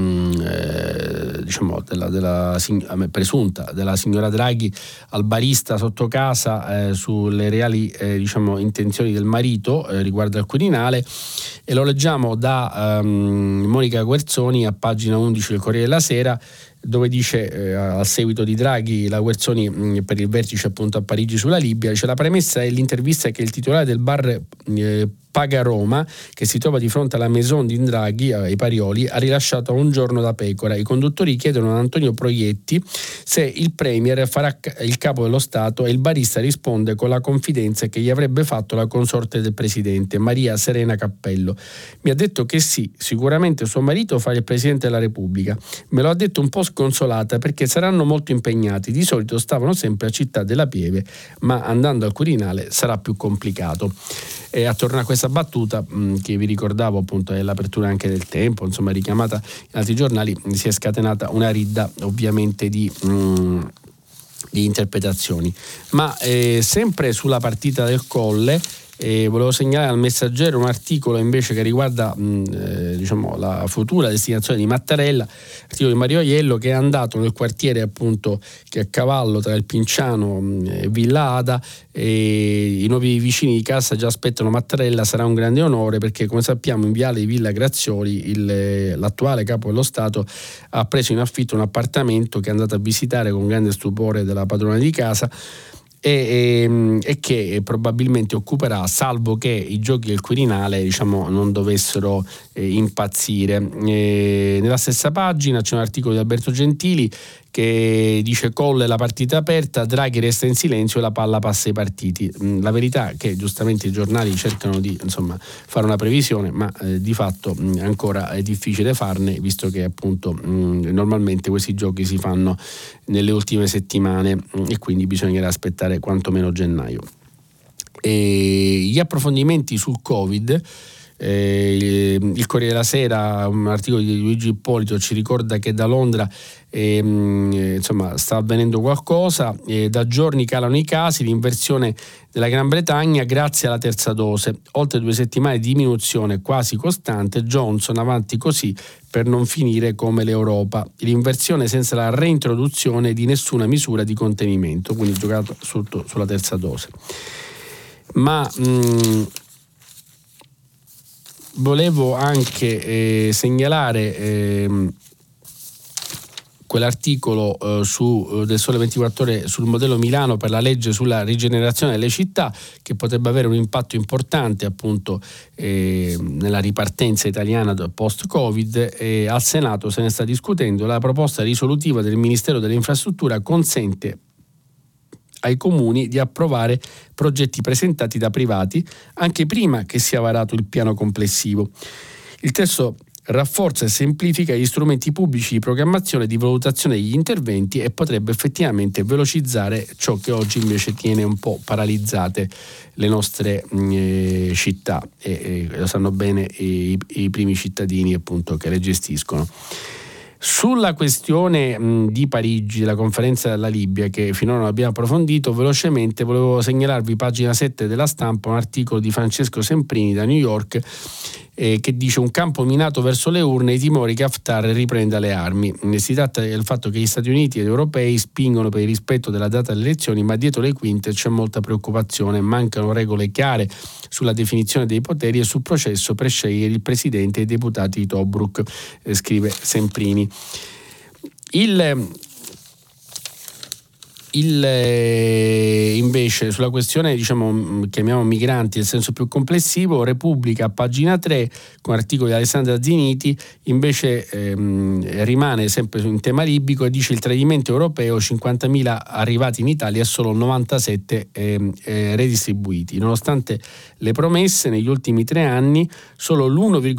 diciamo della presunta della signora Draghi al barista sotto casa sulle reali diciamo intenzioni del marito riguardo al Quirinale, e lo leggiamo da Monica Guerzoni a pagina 11 del Corriere della Sera, dove dice a seguito di Draghi, la Guerzoni per il vertice appunto a Parigi sulla Libia, dice: la premessa è l'intervista che il titolare del bar Paga Roma, che si trova di fronte alla maison di Draghi ai Parioli, ha rilasciato un giorno da pecora. I conduttori chiedono ad Antonio Proietti se il premier farà il capo dello Stato e il barista risponde con la confidenza che gli avrebbe fatto la consorte del presidente, Maria Serena Cappello. Mi ha detto che sì, sicuramente suo marito fa il presidente della Repubblica. Me lo ha detto un po' sconsolata perché saranno molto impegnati, di solito stavano sempre a Città della Pieve, ma andando al Quirinale sarà più complicato. E attorno a questa battuta che vi ricordavo appunto è l'apertura anche del Tempo, insomma richiamata in altri giornali, si è scatenata una ridda ovviamente di interpretazioni. Ma sempre sulla partita del Colle volevo segnalare al Messaggero un articolo invece che riguarda diciamo la futura destinazione di Mattarella, articolo di Mario Aiello, che è andato nel quartiere appunto che è a cavallo tra il Pinciano e Villa Ada, e i nuovi vicini di casa già aspettano Mattarella. Sarà un grande onore perché, come sappiamo, in viale di Villa Grazioli l'attuale capo dello Stato ha preso in affitto un appartamento che è andato a visitare con grande stupore della padrona di casa e che probabilmente occuperà, salvo che i giochi del Quirinale diciamo non dovessero impazzire. Nella stessa pagina c'è un articolo di Alberto Gentili che dice Colle la partita aperta, Draghi resta in silenzio e la palla passa ai partiti. La verità è che giustamente i giornali cercano di fare una previsione, ma di fatto ancora è difficile farne, visto che appunto normalmente questi giochi si fanno nelle ultime settimane e quindi bisognerà aspettare quantomeno gennaio. Gli approfondimenti sul Covid, il Corriere della Sera, un articolo di Luigi Ippolito, ci ricorda che da Londra sta avvenendo qualcosa, da giorni calano i casi, l'inversione della Gran Bretagna grazie alla terza dose, oltre 2 settimane di diminuzione quasi costante, Johnson avanti così per non finire come l'Europa, l'inversione senza la reintroduzione di nessuna misura di contenimento, quindi giocato sulla terza dose. Ma volevo anche segnalare quell'articolo del Sole 24 Ore sul modello Milano per la legge sulla rigenerazione delle città, che potrebbe avere un impatto importante appunto nella ripartenza italiana post-Covid. Al Senato se ne sta discutendo. La proposta risolutiva del Ministero delle Infrastrutture consente ai comuni di approvare progetti presentati da privati anche prima che sia varato il piano complessivo. Il testo rafforza e semplifica gli strumenti pubblici di programmazione e di valutazione degli interventi e potrebbe effettivamente velocizzare ciò che oggi invece tiene un po' paralizzate le nostre città e lo sanno bene i primi cittadini appunto che le gestiscono. Sulla questione di Parigi, la conferenza della Libia, che finora non abbiamo approfondito, velocemente volevo segnalarvi pagina 7 della Stampa, un articolo di Francesco Semprini da New York che dice: un campo minato verso le urne, i timori che Haftar riprenda le armi. Si tratta del fatto che gli Stati Uniti ed europei spingono per il rispetto della data delle elezioni, ma dietro le quinte c'è molta preoccupazione, mancano regole chiare sulla definizione dei poteri e sul processo per scegliere il presidente e i deputati di Tobruk, scrive Semprini. Invece sulla questione chiamiamo migranti nel senso più complessivo, Repubblica pagina 3 con articoli di Alessandra Ziniti invece rimane sempre in tema libico e dice: il tradimento europeo, 50.000 arrivati in Italia e solo 97 redistribuiti. Nonostante le promesse, negli ultimi 3 anni solo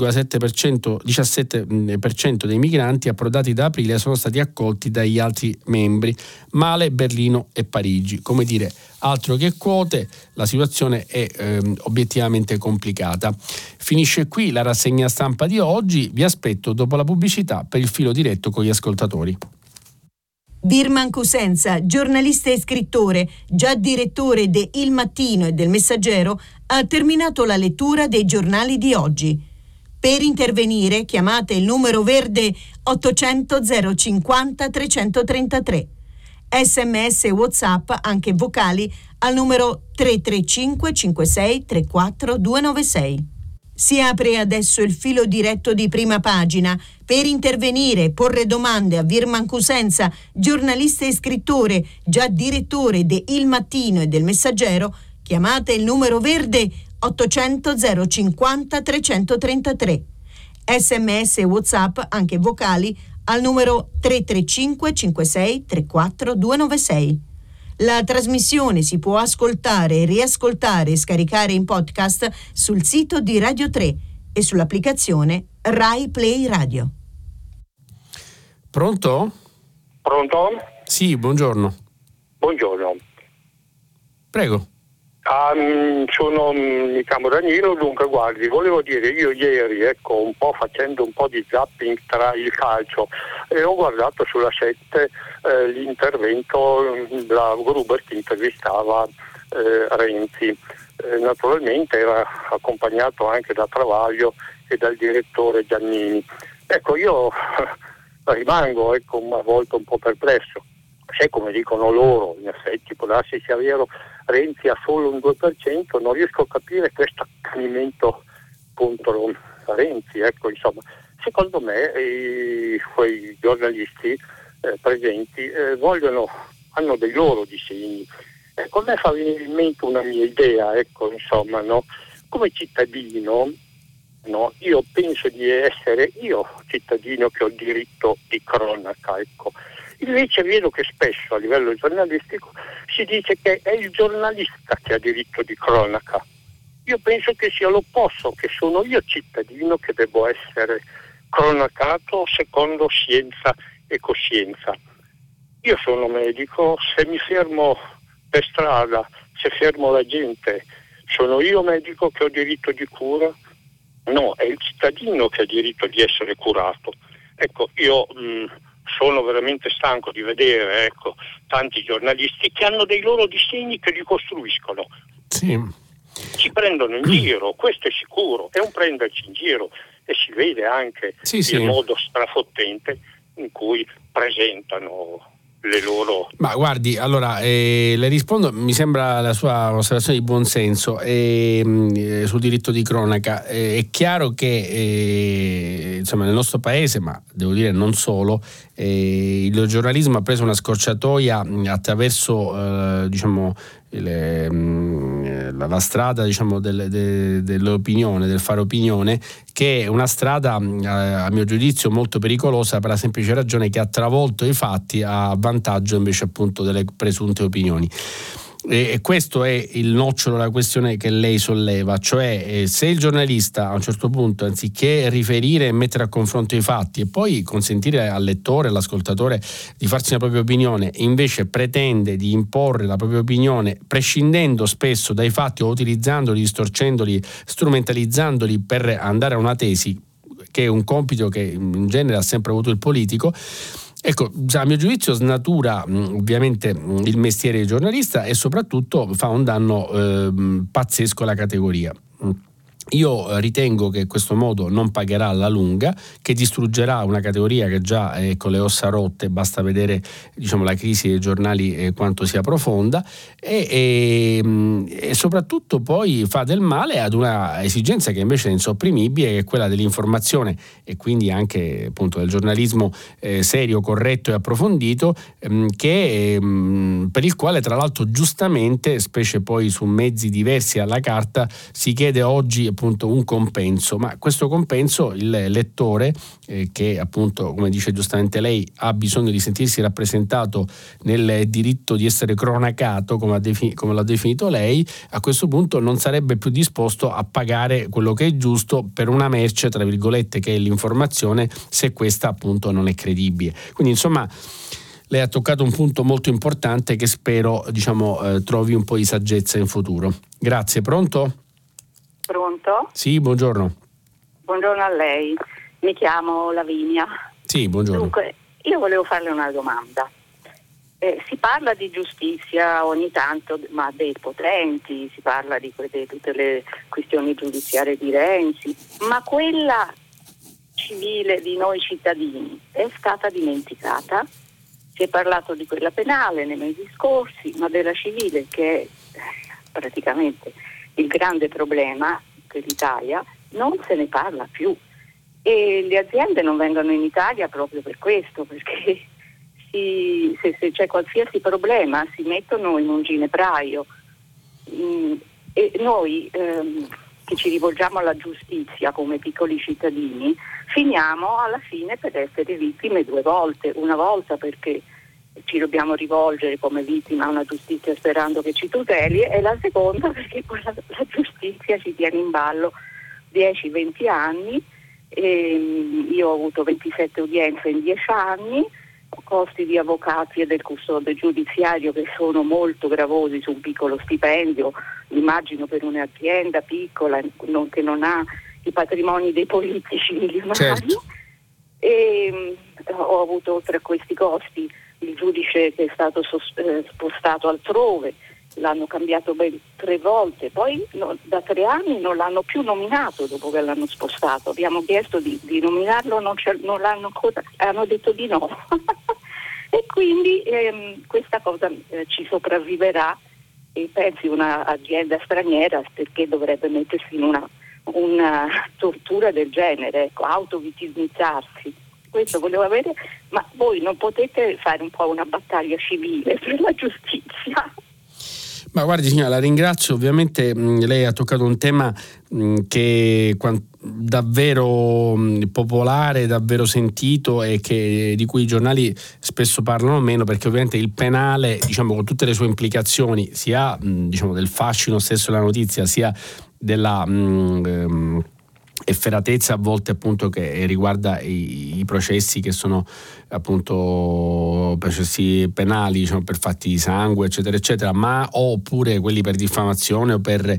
l'1,17% dei migranti approdati da aprile sono stati accolti dagli altri membri. Male Berlino e Parigi, come dire, altro che quote, la situazione è obiettivamente complicata. Finisce qui la rassegna stampa di oggi, vi aspetto dopo la pubblicità per il filo diretto con gli ascoltatori.
Birman Cosenza, giornalista e scrittore, già direttore de Il Mattino e del Messaggero, ha terminato la lettura dei giornali di oggi. Per intervenire chiamate il numero verde 800 050 333. SMS e WhatsApp, anche vocali, al numero 335 56 34 296. Si apre adesso il filo diretto di Prima Pagina. Per intervenire e porre domande a Birman Cosenza, giornalista e scrittore, già direttore de Il Mattino e del Messaggero, chiamate il numero verde 800 050 333. SMS e WhatsApp, anche vocali, al numero 335 56 34 296. La trasmissione si può ascoltare, riascoltare e scaricare in podcast sul sito di Radio 3 e sull'applicazione Rai Play Radio.
Pronto?
Pronto?
Sì, buongiorno.
Buongiorno.
Prego.
Mi chiamo Danilo, dunque guardi, volevo dire, io ieri, facendo un po' di zapping tra il calcio, ho guardato sulla 7 l'intervento, la Gruber che intervistava Renzi. Naturalmente era accompagnato anche da Travaglio e dal direttore Giannini. Io rimango a volte un po' perplesso. Se, come dicono loro, in effetti può darsi sia vero, Renzi ha solo un 2%, non riesco a capire questo accanimento contro Renzi. Secondo me quei giornalisti presenti hanno dei loro disegni. A me fa venire in mente una mia idea, come cittadino, io penso di essere io cittadino che ho diritto di cronaca, Invece vedo che spesso a livello giornalistico si dice che è il giornalista che ha diritto di cronaca. Io penso che sia l'opposto, che sono io cittadino che devo essere cronacato secondo scienza e coscienza. Io sono medico, se mi fermo per strada, se fermo la gente, sono io medico che ho diritto di cura? No, è il cittadino che ha diritto di essere curato. Ecco, io sono veramente stanco di vedere tanti giornalisti che hanno dei loro disegni che li costruiscono.
Sì.
Ci prendono in giro, questo è sicuro, è un prenderci in giro, e si vede anche il modo strafottente in cui presentano le loro...
Ma guardi, allora le rispondo, mi sembra la sua osservazione di buonsenso sul diritto di cronaca. È chiaro che insomma nel nostro paese, ma devo dire non solo, il giornalismo ha preso una scorciatoia attraverso diciamo la strada, diciamo, dell'opinione, del fare opinione, che è una strada a mio giudizio molto pericolosa, per la semplice ragione che ha travolto i fatti a vantaggio invece appunto delle presunte opinioni. E questo è il nocciolo della questione che lei solleva, cioè se il giornalista a un certo punto, anziché riferire e mettere a confronto i fatti e poi consentire al lettore, all'ascoltatore di farsi una propria opinione, invece pretende di imporre la propria opinione prescindendo spesso dai fatti o utilizzandoli, distorcendoli, strumentalizzandoli per andare a una tesi, che è un compito che in genere ha sempre avuto il politico, ecco, a mio giudizio snatura ovviamente il mestiere di giornalista e soprattutto fa un danno pazzesco alla categoria. Io ritengo che questo modo non pagherà alla lunga, che distruggerà una categoria che già è con le ossa rotte, basta vedere diciamo la crisi dei giornali quanto sia profonda, e soprattutto poi fa del male ad una esigenza che invece è insopprimibile, che è quella dell'informazione e quindi anche appunto del giornalismo serio, corretto e approfondito, per il quale tra l'altro giustamente, specie poi su mezzi diversi alla carta, si chiede oggi appunto un compenso, ma questo compenso il lettore che appunto, come dice giustamente lei, ha bisogno di sentirsi rappresentato nel diritto di essere cronacato, come l'ha definito lei, a questo punto non sarebbe più disposto a pagare quello che è giusto per una merce, tra virgolette, che è l'informazione, se questa appunto non è credibile. Quindi insomma lei ha toccato un punto molto importante che spero trovi un po' di saggezza in futuro. Grazie. Pronto?
Pronto?
Sì, buongiorno.
Buongiorno a lei, mi chiamo Lavinia.
Sì, buongiorno.
Dunque, io volevo farle una domanda. Si parla di giustizia ogni tanto, ma dei potenti, si parla di tutte le questioni giudiziarie di Renzi, ma quella civile di noi cittadini è stata dimenticata? Si è parlato di quella penale nei mesi scorsi, ma della civile, che è praticamente il grande problema per l'Italia, non se ne parla più, e le aziende non vengono in Italia proprio per questo, perché se c'è qualsiasi problema si mettono in un ginepraio, e noi che ci rivolgiamo alla giustizia come piccoli cittadini finiamo alla fine per essere vittime due volte, una volta perché ci dobbiamo rivolgere come vittima a una giustizia sperando che ci tuteli, e la seconda perché poi la giustizia ci tiene in ballo 10-20 anni. Io ho avuto 27 udienze in 10 anni, costi di avvocati e del custode giudiziario che sono molto gravosi su un piccolo stipendio, immagino per un'azienda piccola che non ha i patrimoni dei politici milionari.
Certo.
E ho avuto oltre a questi costi il giudice che è stato spostato altrove, l'hanno cambiato ben 3 volte, poi da 3 anni non l'hanno più nominato dopo che l'hanno spostato, abbiamo chiesto di nominarlo, non l'hanno ancora, hanno detto di no. E quindi questa cosa ci sopravviverà, e pensi un'azienda straniera perché dovrebbe mettersi in una tortura del genere, ecco, autovitimizzarsi. Questo volevo avere, ma voi non potete fare un po' una battaglia civile per la giustizia?
Ma guardi signora, la ringrazio, ovviamente lei ha toccato un tema che davvero popolare, davvero sentito e di cui i giornali spesso parlano meno, perché ovviamente il penale, diciamo, con tutte le sue implicazioni, sia diciamo del fascino stesso della notizia, sia della efferatezza a volte appunto che riguarda i processi che sono appunto processi penali, diciamo, per fatti di sangue eccetera eccetera, ma oppure quelli per diffamazione o per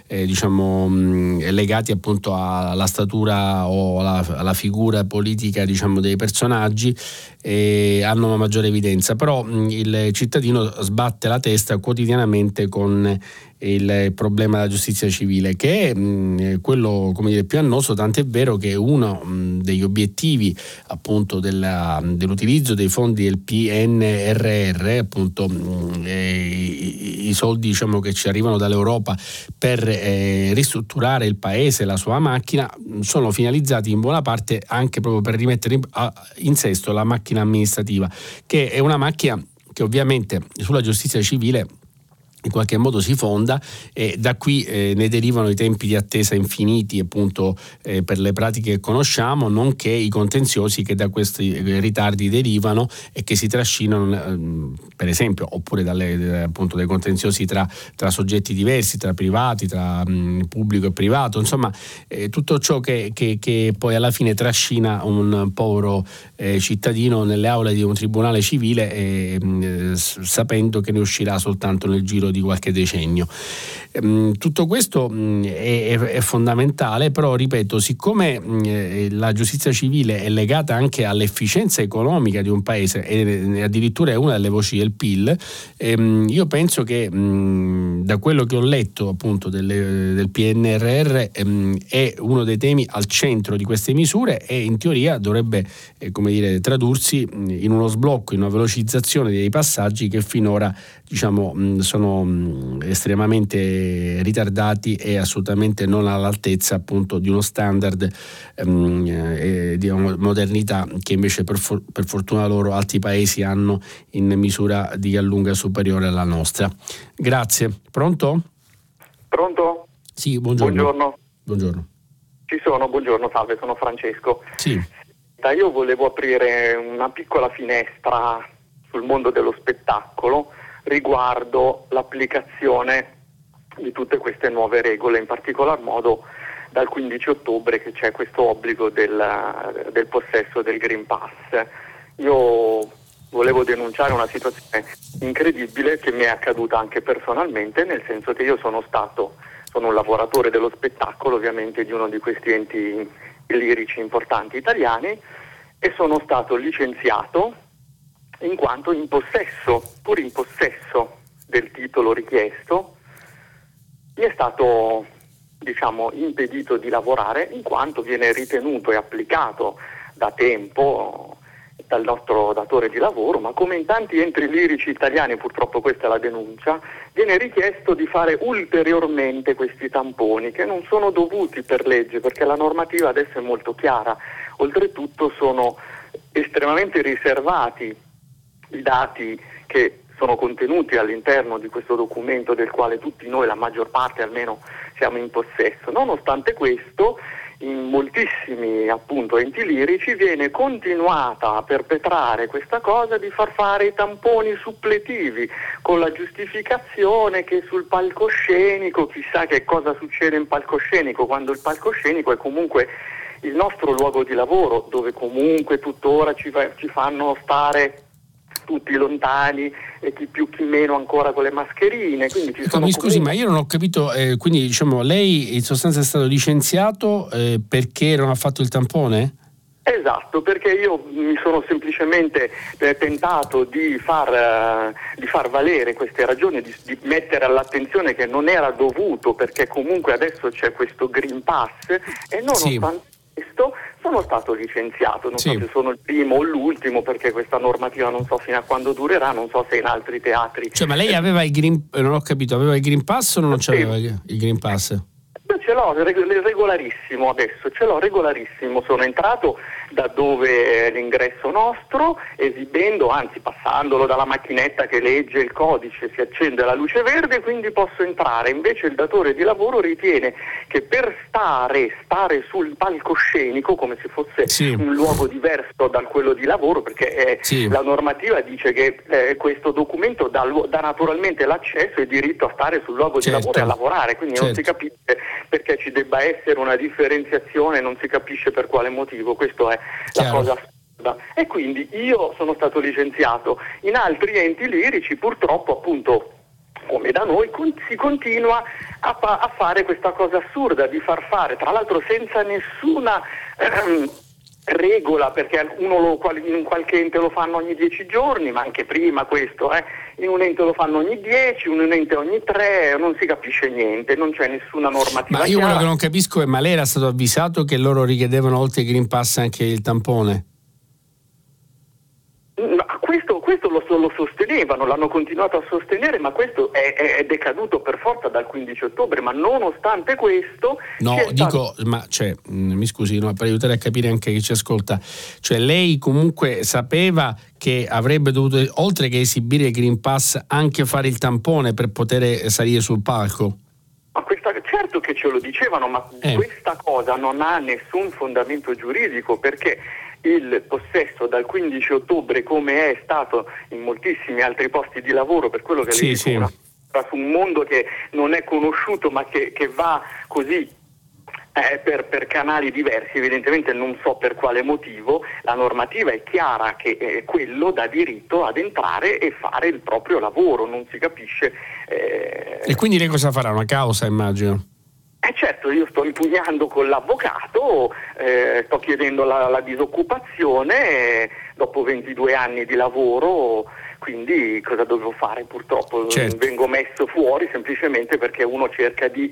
legati appunto alla statura o alla figura politica, diciamo, dei personaggi, hanno una maggiore evidenza. Però il cittadino sbatte la testa quotidianamente con il problema della giustizia civile, che è quello, come dire, più annoso, tant'è vero che uno degli obiettivi appunto dell'utilizzo dei fondi del PNRR, appunto i soldi, diciamo, che ci arrivano dall'Europa per ristrutturare il paese, la sua macchina, sono finalizzati in buona parte anche proprio per rimettere in sesto la macchina amministrativa, che è una macchina che ovviamente sulla giustizia civile in qualche modo si fonda, e da qui ne derivano i tempi di attesa infiniti appunto per le pratiche che conosciamo, nonché i contenziosi che da questi ritardi derivano e che si trascinano per esempio, oppure appunto dai contenziosi tra soggetti diversi, tra privati, tra pubblico e privato, insomma tutto ciò che poi alla fine trascina un povero cittadino nelle aule di un tribunale civile, sapendo che ne uscirà soltanto nel giro di qualche decennio. Tutto questo è fondamentale, però ripeto, siccome la giustizia civile è legata anche all'efficienza economica di un paese e addirittura è una delle voci del PIL, io penso che da quello che ho letto appunto del PNRR è uno dei temi al centro di queste misure, e in teoria dovrebbe tradursi in uno sblocco, in una velocizzazione dei passaggi che finora, diciamo, sono estremamente ritardati e assolutamente non all'altezza appunto di uno standard di modernità che invece per fortuna loro altri paesi hanno in misura di gran lunga superiore alla nostra. Grazie. Pronto?
Pronto?
Sì, buongiorno.
Buongiorno. Ci sono, buongiorno, salve, sono Francesco.
Sì.
Io volevo aprire una piccola finestra sul mondo dello spettacolo riguardo l'applicazione di tutte queste nuove regole, in particolar modo dal 15 ottobre che c'è questo obbligo del possesso del Green Pass. Io volevo denunciare una situazione incredibile che mi è accaduta anche personalmente, nel senso che io sono un lavoratore dello spettacolo, ovviamente di uno di questi enti lirici importanti italiani, e sono stato licenziato in quanto pur in possesso del titolo richiesto, mi è stato, diciamo, impedito di lavorare, in quanto viene ritenuto e applicato da tempo dal nostro datore di lavoro, ma come in tanti enti lirici italiani, purtroppo questa è la denuncia, viene richiesto di fare ulteriormente questi tamponi che non sono dovuti per legge, perché la normativa adesso è molto chiara. Oltretutto sono estremamente riservati i dati che sono contenuti all'interno di questo documento, del quale tutti noi, la maggior parte almeno, siamo in possesso. Nonostante questo, in moltissimi appunto enti lirici viene continuata a perpetrare questa cosa di far fare i tamponi suppletivi, con la giustificazione che sul palcoscenico, chissà che cosa succede in palcoscenico, quando il palcoscenico è comunque il nostro luogo di lavoro, dove comunque tuttora ci fanno stare tutti lontani, e chi più chi meno ancora con le mascherine. Quindi
mi scusi, ma io non ho capito, quindi diciamo lei in sostanza è stato licenziato perché non ha fatto il tampone?
Esatto, perché io mi sono semplicemente tentato di far valere queste ragioni, di mettere all'attenzione che non era dovuto, perché comunque adesso c'è questo Green Pass, e nonostante questo sono stato licenziato. Non so se sono il primo o l'ultimo, perché questa normativa non so fino a quando durerà, non so se in altri teatri.
Cioè, ma lei aveva il Green, non ho capito, aveva il Green Pass o non c'aveva il Green Pass?
Io ce l'ho regolarissimo adesso, sono entrato da dove è l'ingresso nostro, esibendo, anzi passandolo dalla macchinetta che legge il codice, si accende la luce verde, quindi posso entrare. Invece il datore di lavoro ritiene che per stare sul palcoscenico, come se fosse un luogo diverso da quello di lavoro, perché la normativa dice che questo documento dà naturalmente l'accesso e diritto a stare sul luogo di lavoro e a lavorare, quindi non si capisce perché ci debba essere una differenziazione, non si capisce per quale motivo. Questo è la cosa assurda. E quindi io sono stato licenziato. In altri enti lirici purtroppo, appunto, come da noi, si continua a fare questa cosa assurda di far fare, tra l'altro senza nessuna regola, perché in qualche ente lo fanno ogni 10 giorni, ma anche prima questo, in un ente lo fanno ogni 10, in un ente ogni 3, non si capisce niente, non c'è nessuna normativa.
Ma io quello che non capisco è, ma lei era stato avvisato che loro richiedevano oltre il Green Pass anche il tampone?
Questo lo sostenevano, l'hanno continuato a sostenere, ma questo è decaduto per forza dal 15 ottobre, ma nonostante questo...
mi scusi, per aiutare a capire anche chi ci ascolta, cioè lei comunque sapeva che avrebbe dovuto, oltre che esibire il Green Pass, anche fare il tampone per poter salire sul palco?
Certo che ce lo dicevano, ma questa cosa non ha nessun fondamento giuridico, perché il possesso dal 15 ottobre, come è stato in moltissimi altri posti di lavoro, per quello che lei dice, su un mondo che non è conosciuto ma che va così per canali diversi, evidentemente non so per quale motivo, la normativa è chiara che quello dà diritto ad entrare e fare il proprio lavoro, non si capisce.
E quindi lei cosa farà? Una causa, immagino?
Certo, io sto impugnando con l'avvocato, sto chiedendo la disoccupazione dopo 22 anni di lavoro, quindi cosa dovevo fare? Purtroppo vengo messo fuori semplicemente perché uno cerca di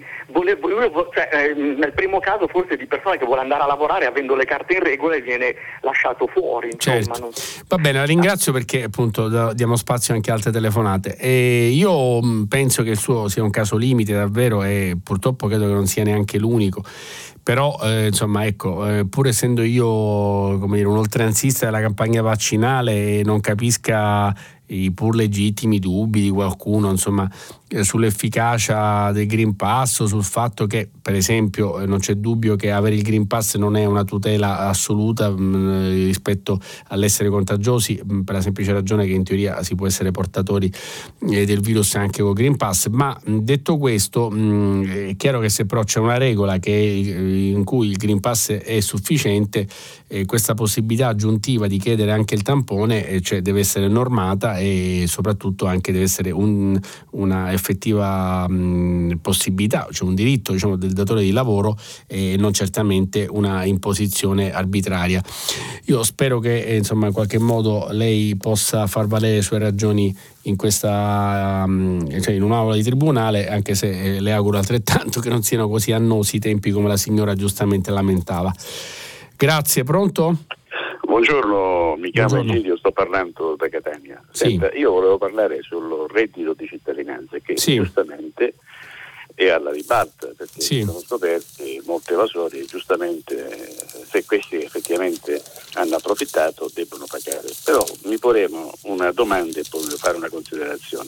nel primo caso forse di persona che vuole andare a lavorare avendo le carte in regola e viene lasciato fuori, insomma.
Va bene, la ringrazio perché appunto diamo spazio anche a altre telefonate, e io penso che il suo sia un caso limite davvero, e purtroppo credo che non sia neanche l'unico. Però pur essendo io un oltranzista della campagna vaccinale, non capisca i pur legittimi dubbi di qualcuno sull'efficacia del Green Pass o sul fatto che, per esempio, non c'è dubbio che avere il Green Pass non è una tutela assoluta rispetto all'essere contagiosi, per la semplice ragione che in teoria si può essere portatori del virus anche con Green Pass. Ma detto questo, è chiaro che se però c'è una regola in cui il Green Pass è sufficiente, questa possibilità aggiuntiva di chiedere anche il tampone deve essere normata, e soprattutto anche deve essere una effettiva possibilità, cioè un diritto del datore di lavoro, e non certamente una imposizione arbitraria. Io spero che in qualche modo lei possa far valere le sue ragioni in questa in un'aula di tribunale, anche se le auguro altrettanto che non siano così annosi i tempi come la signora giustamente lamentava. Grazie. Pronto?
Buongiorno, mi chiamo Egidio, sto parlando da Catania. Senta, io volevo parlare sul reddito di cittadinanza che giustamente è alla ribalta, perché sono scoperti molti evasori, giustamente se questi effettivamente hanno approfittato debbono pagare. Però mi porremo una domanda e poi fare una considerazione.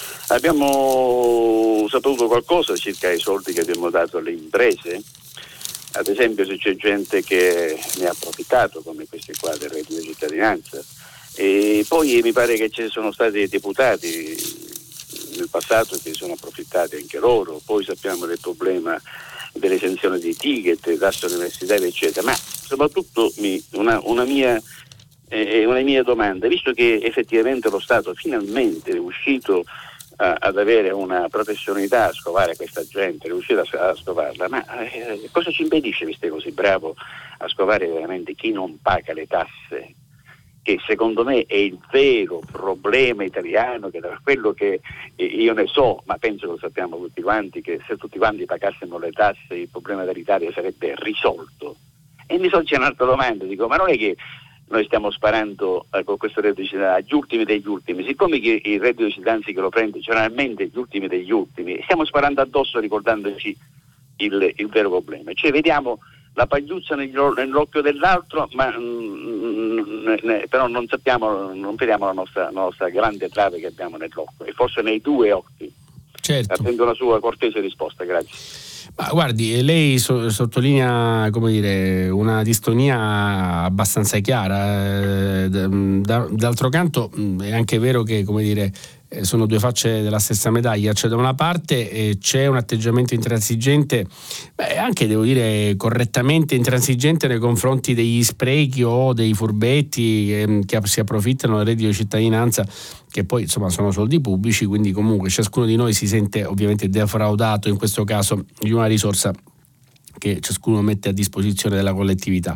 Abbiamo saputo qualcosa circa i soldi che abbiamo dato alle imprese? Ad esempio, se c'è gente che ne ha approfittato, come questi qua del reddito di cittadinanza, e poi mi pare che ci sono stati deputati nel passato che sono approfittati anche loro. Poi sappiamo del problema dell'esenzione dei ticket, tasse universitarie eccetera, ma soprattutto una mia domanda, visto che effettivamente lo Stato finalmente è riuscito ad avere una professionalità a scovare questa gente, è riuscito a scovarla, ma cosa ci impedisce, visto che è così bravo, a scovare veramente chi non paga le tasse, che secondo me è il vero problema italiano, che da quello che io ne so, ma penso che lo sappiamo tutti quanti, che se tutti quanti pagassimo le tasse il problema dell'Italia sarebbe risolto. E mi sorge un'altra domanda, dico, ma non è che noi stiamo sparando con questo reddito di cittadinanza agli ultimi degli ultimi, siccome il reddito di cittadinanza che lo prende generalmente gli ultimi degli ultimi, stiamo sparando addosso ricordandoci il vero problema. Cioè vediamo la pagliuzza nell'occhio dell'altro, ma però non vediamo la nostra grande trave che abbiamo nell'occhio, e forse nei due occhi.
Certo.
Attendo una sua cortese risposta, grazie.
Ma guardi, lei sottolinea, come dire, una distonia abbastanza chiara. D'altro canto è anche vero che, come dire, sono due facce della stessa medaglia. Cioè, da una parte c'è un atteggiamento intransigente, anche devo dire correttamente intransigente nei confronti degli sprechi o dei furbetti che si approfittano del reddito di cittadinanza, che poi insomma sono soldi pubblici, quindi comunque ciascuno di noi si sente ovviamente defraudato in questo caso di una risorsa che ciascuno mette a disposizione della collettività,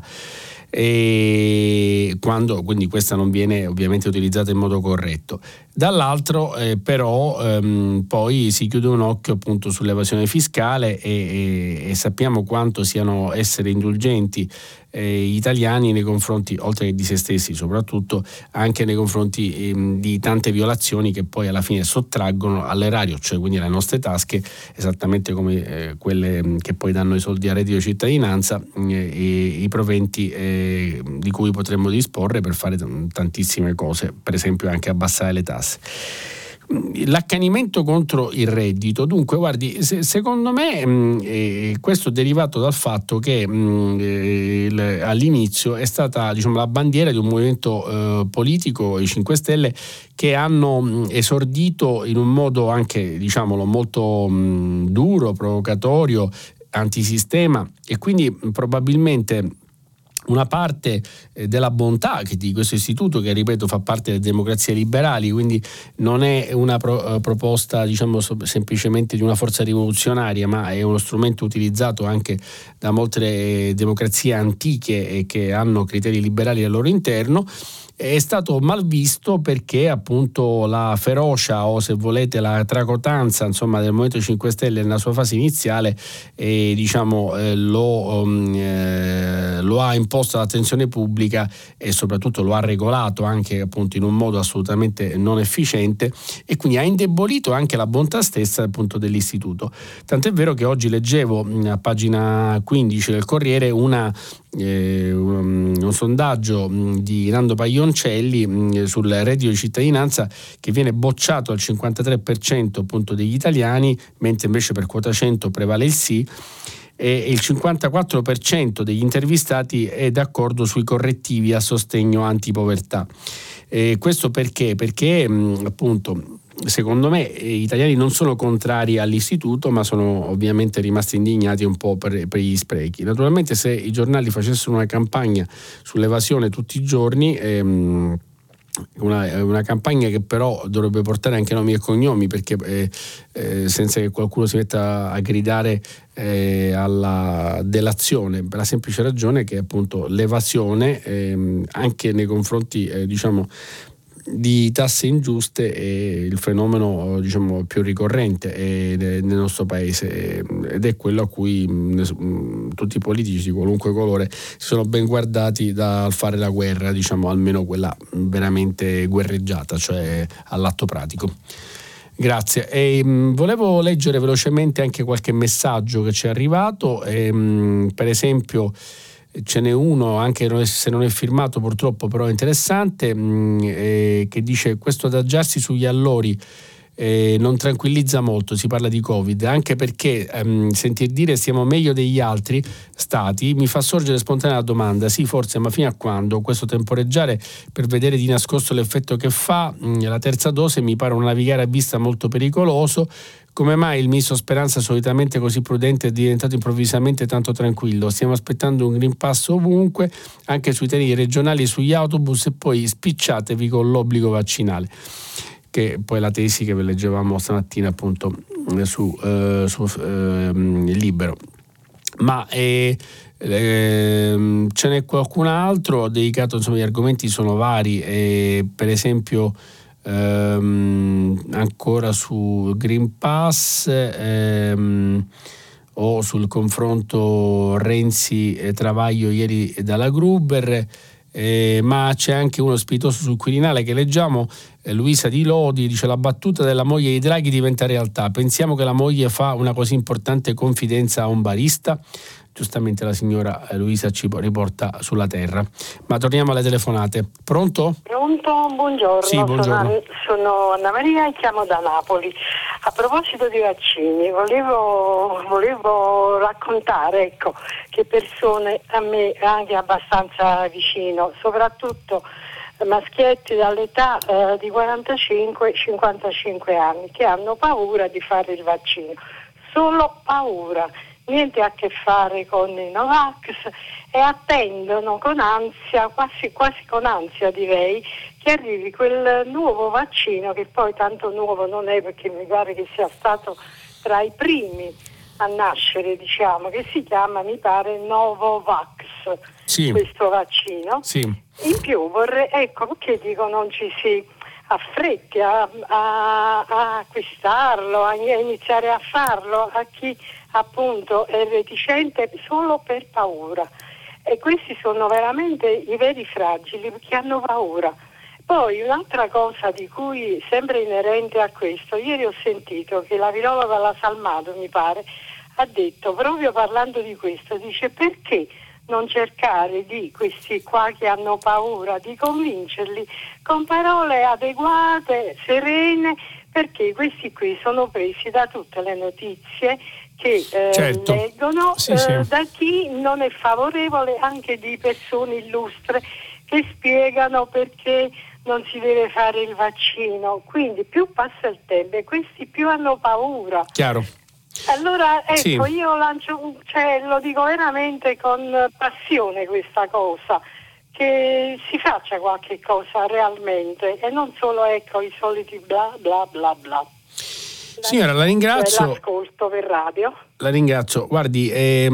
e quando quindi questa non viene ovviamente utilizzata in modo corretto. Dall'altro però poi si chiude un occhio appunto sull'evasione fiscale e sappiamo quanto siano essere indulgenti gli italiani nei confronti, oltre che di se stessi soprattutto, anche nei confronti di tante violazioni che poi alla fine sottraggono all'erario, cioè quindi alle nostre tasche, esattamente come quelle che poi danno i soldi a reddito di cittadinanza, i proventi di cui potremmo disporre per fare tantissime cose, per esempio anche abbassare le tasse. L'accanimento contro il reddito, dunque guardi, secondo me questo è derivato dal fatto che all'inizio è stata, diciamo, la bandiera di un movimento politico, i 5 Stelle, che hanno esordito in un modo anche, diciamolo, molto duro, provocatorio, antisistema, e quindi probabilmente una parte della bontà di questo istituto, che ripeto fa parte delle democrazie liberali, quindi non è una proposta, diciamo, semplicemente di una forza rivoluzionaria, ma è uno strumento utilizzato anche da molte democrazie antiche e che hanno criteri liberali al loro interno. È stato mal visto perché appunto la ferocia, o se volete la tracotanza, insomma, del Movimento 5 Stelle nella sua fase iniziale lo ha imposto all'attenzione pubblica e soprattutto lo ha regolato anche appunto in un modo assolutamente non efficiente, e quindi ha indebolito anche la bontà stessa appunto dell'istituto. Tant'è vero che oggi leggevo a pagina 15 del Corriere un sondaggio di Nando Paglioncelli sul reddito di cittadinanza, che viene bocciato al 53% appunto degli italiani, mentre invece per quota 100 prevale il sì, e il 54% degli intervistati è d'accordo sui correttivi a sostegno antipovertà. Questo perché? Perché appunto secondo me gli italiani non sono contrari all'istituto, ma sono ovviamente rimasti indignati un po' per gli sprechi. Naturalmente, se i giornali facessero una campagna sull'evasione tutti i giorni, una campagna che però dovrebbe portare anche nomi e cognomi, perché senza che qualcuno si metta a gridare alla delazione, per la semplice ragione che appunto l'evasione anche nei confronti diciamo di tasse ingiuste è il fenomeno, diciamo, più ricorrente nel nostro paese, ed è quello a cui tutti i politici di qualunque colore si sono ben guardati dal fare la guerra, diciamo, almeno quella veramente guerreggiata, cioè all'atto pratico. Grazie. Volevo leggere velocemente anche qualche messaggio che ci è arrivato. Per esempio ce n'è uno, anche se non è firmato purtroppo, però interessante, che dice: questo adagiarsi sugli allori non tranquillizza molto, si parla di Covid, anche perché sentir dire siamo meglio degli altri stati mi fa sorgere spontanea la domanda: sì, forse, ma fino a quando? Questo temporeggiare per vedere di nascosto l'effetto che fa la terza dose mi pare un navigare a vista molto pericoloso. Come mai il ministro Speranza, solitamente così prudente, è diventato improvvisamente tanto tranquillo? Stiamo aspettando un Green Pass ovunque, anche sui treni regionali e sugli autobus, e poi spicciatevi con l'obbligo vaccinale, che poi la tesi che vi leggevamo stamattina appunto su Libero. Ma ce n'è qualcun altro dedicato, insomma, gli argomenti sono vari, per esempio ancora su Green Pass o sul confronto Renzi-Travaglio ieri dalla Gruber, ma c'è anche uno spiritoso sul Quirinale che leggiamo. Luisa di Lodi dice: la battuta della moglie di Draghi diventa realtà, pensiamo che la moglie fa una così importante confidenza a un barista. Giustamente la signora Luisa ci riporta sulla terra. Ma torniamo alle telefonate. Pronto?
Pronto, buongiorno.
Sì, buongiorno.
Sono Anna Maria e chiamo da Napoli. A proposito di vaccini, volevo raccontare, che persone a me anche abbastanza vicino, soprattutto maschietti dall'età di 45-55 anni, che hanno paura di fare il vaccino. Solo paura. Niente a che fare con i Novax, e attendono con ansia, quasi con ansia direi, che arrivi quel nuovo vaccino, che poi tanto nuovo non è, perché mi pare che sia stato tra i primi a nascere, diciamo, che si chiama, mi pare, Novovax,
sì,
questo vaccino.
Sì.
In più vorrei, perché dico non ci si affretti a acquistarlo, a iniziare a farlo, a chi appunto è reticente solo per paura, e questi sono veramente i veri fragili, che hanno paura. Poi un'altra cosa di cui, sempre inerente a questo, ieri ho sentito che la virologa La Salmato, mi pare, ha detto, proprio parlando di questo, dice: perché non cercare di questi qua che hanno paura, di convincerli con parole adeguate, serene, perché questi qui sono presi da tutte le notizie che leggono,
sì.
da chi non è favorevole, anche di persone illustre che spiegano perché non si deve fare il vaccino. Quindi più passa il tempo e questi più hanno paura.
Chiaro.
Allora
Sì.
Io lancio, lo dico veramente con passione questa cosa, che si faccia qualche cosa realmente e non solo i soliti bla bla bla bla.
Signora, la ringrazio.
L'ascolto per radio.
La ringrazio. Guardi,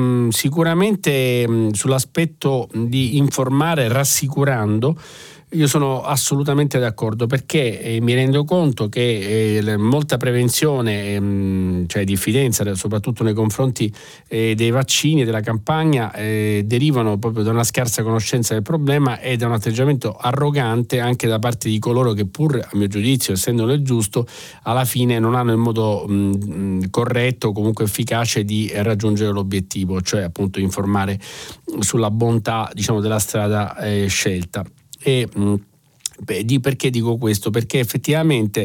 sicuramente sull'aspetto di informare rassicurando, io sono assolutamente d'accordo, perché mi rendo conto che molta prevenzione, cioè diffidenza, soprattutto nei confronti dei vaccini e della campagna, derivano proprio da una scarsa conoscenza del problema e da un atteggiamento arrogante anche da parte di coloro che, pur a mio giudizio, essendo nel giusto, alla fine non hanno il modo corretto o comunque efficace di raggiungere l'obiettivo, cioè appunto informare sulla bontà, diciamo, della strada scelta. E perché dico questo? Perché effettivamente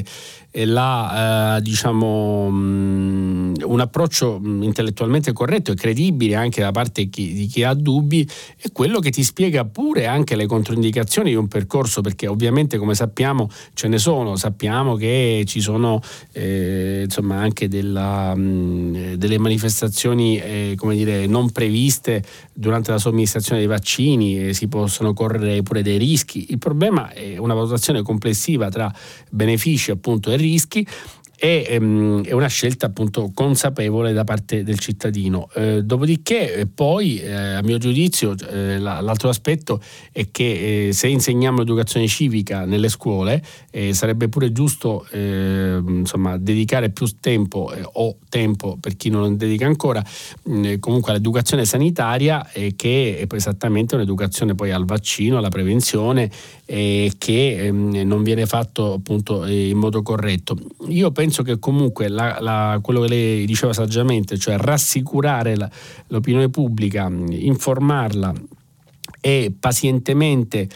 un approccio intellettualmente corretto e credibile anche da parte di chi ha dubbi è quello che ti spiega pure anche le controindicazioni di un percorso, perché ovviamente, come sappiamo, ce ne sono. Sappiamo che ci sono anche delle manifestazioni non previste durante la somministrazione dei vaccini, si possono correre pure dei rischi. Il problema è una valutazione complessiva tra benefici appunto e rischi, è una scelta appunto consapevole da parte del cittadino. Dopodiché poi a mio giudizio l'altro aspetto è che se insegniamo educazione civica nelle scuole sarebbe pure giusto dedicare più tempo o tempo per chi non lo dedica ancora comunque all'educazione sanitaria, che è esattamente un'educazione poi al vaccino, alla prevenzione, che non viene fatto appunto in modo corretto. Io penso che comunque quello che lei diceva saggiamente, cioè rassicurare l'opinione pubblica, informarla e pazientemente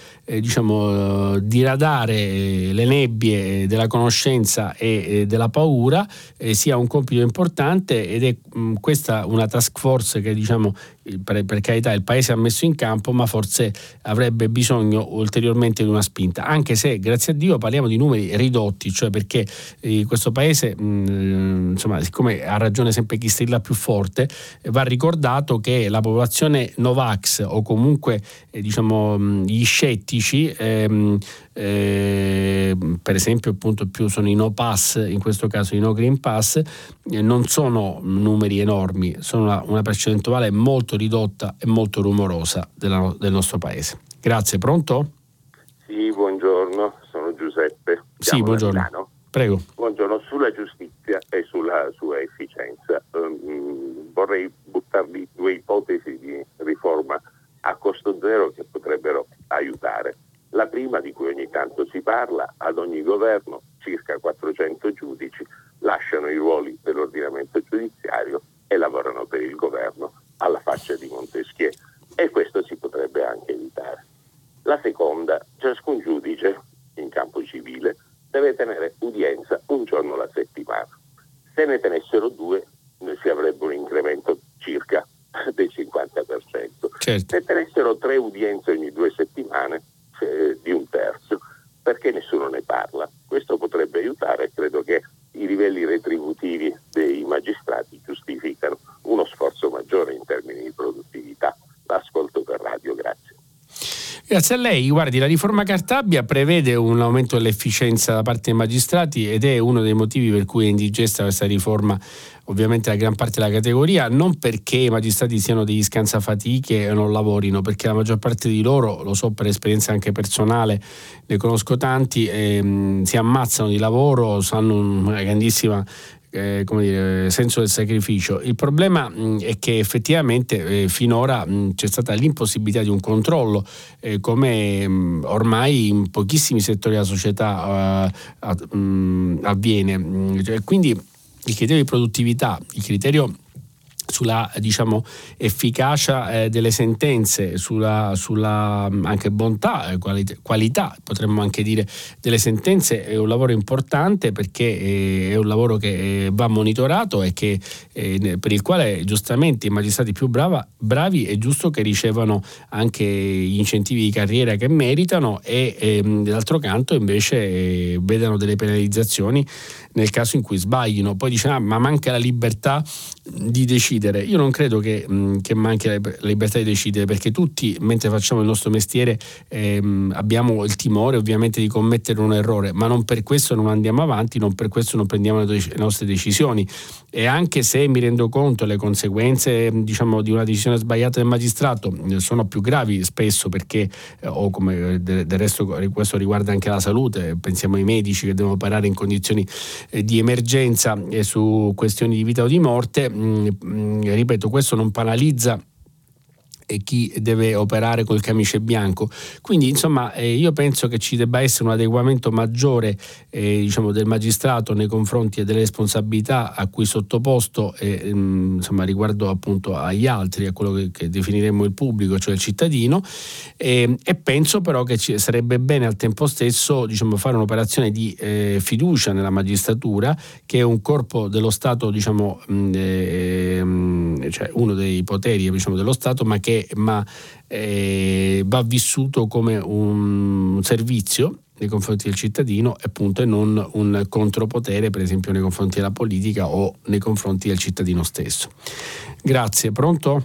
diradare le nebbie della conoscenza e della paura sia un compito importante, ed è questa una task force che per carità il Paese ha messo in campo, ma forse avrebbe bisogno ulteriormente di una spinta, anche se grazie a Dio parliamo di numeri ridotti, cioè perché questo Paese siccome ha ragione sempre chi strilla più forte, va ricordato che la popolazione Novax o comunque gli scettici, per esempio appunto più sono i no pass, in questo caso i no green pass, non sono numeri enormi, sono una percentuale molto ridotta e molto rumorosa del nostro Paese. Grazie. Pronto?
Sì, buongiorno, sono Giuseppe.
Sì, buongiorno. Prego.
Buongiorno. Sulla giustizia e sulla sua efficienza vorrei buttarvi due ipotesi di riforma a costo zero che potrebbero aiutare. La prima, di cui ogni tanto si parla ad ogni governo, governo, circa 400 giudici, lasciano i ruoli dell'ordinamento giudiziario e lavorano per il governo alla faccia di Montesquieu, e questo si potrebbe anche evitare. La seconda, ciascun giudice in campo civile deve tenere udienza un giorno alla settimana. Se ne tenessero 2 si avrebbe un incremento circa del 50%.
Certo.
Se tenessero 3 udienze ogni 2 settimane, di un terzo, perché nessuno ne parla. Questo potrebbe aiutare. Credo che i livelli retributivi dei magistrati giustificano uno sforzo maggiore in termini di produttività. L'ascolto per radio, grazie.
Grazie a lei. Guardi, la riforma Cartabia prevede un aumento dell'efficienza da parte dei magistrati ed è uno dei motivi per cui è indigesta questa riforma, ovviamente la gran parte della categoria, non perché i magistrati siano degli scansafatiche e non lavorino, perché la maggior parte di loro, lo so per esperienza anche personale, ne conosco tanti, si ammazzano di lavoro, hanno una grandissima senso del sacrificio. Il problema è che effettivamente finora c'è stata l'impossibilità di un controllo, come ormai in pochissimi settori della società avviene. Quindi il criterio di produttività, il criterio sulla efficacia delle sentenze, sulla anche bontà, qualità, potremmo anche dire, delle sentenze, è un lavoro importante, perché è un lavoro che va monitorato e che per il quale giustamente i magistrati più bravi è giusto che ricevano anche gli incentivi di carriera che meritano, e d'altro canto invece vedano delle penalizzazioni nel caso in cui sbaglino. Poi dice ma manca la libertà di decidere. Io non credo che manchi la libertà di decidere, perché tutti, mentre facciamo il nostro mestiere, abbiamo il timore ovviamente di commettere un errore, ma non per questo non andiamo avanti, non per questo non prendiamo le nostre decisioni. E anche se mi rendo conto le conseguenze di una decisione sbagliata del magistrato sono più gravi spesso, perché o come del resto questo riguarda anche la salute, pensiamo ai medici che devono operare in condizioni di emergenza e su questioni di vita o di morte, ripeto, questo non penalizza chi deve operare col camice bianco. Quindi io penso che ci debba essere un adeguamento maggiore del magistrato nei confronti delle responsabilità a cui sottoposto, riguardo appunto agli altri, a quello che definiremmo il pubblico, cioè il cittadino, e penso però che sarebbe bene al tempo stesso fare un'operazione di fiducia nella magistratura, che è un corpo dello Stato, cioè uno dei poteri dello Stato, ma va vissuto come un servizio nei confronti del cittadino, appunto, e non un contropotere, per esempio nei confronti della politica o nei confronti del cittadino stesso. Grazie. Pronto?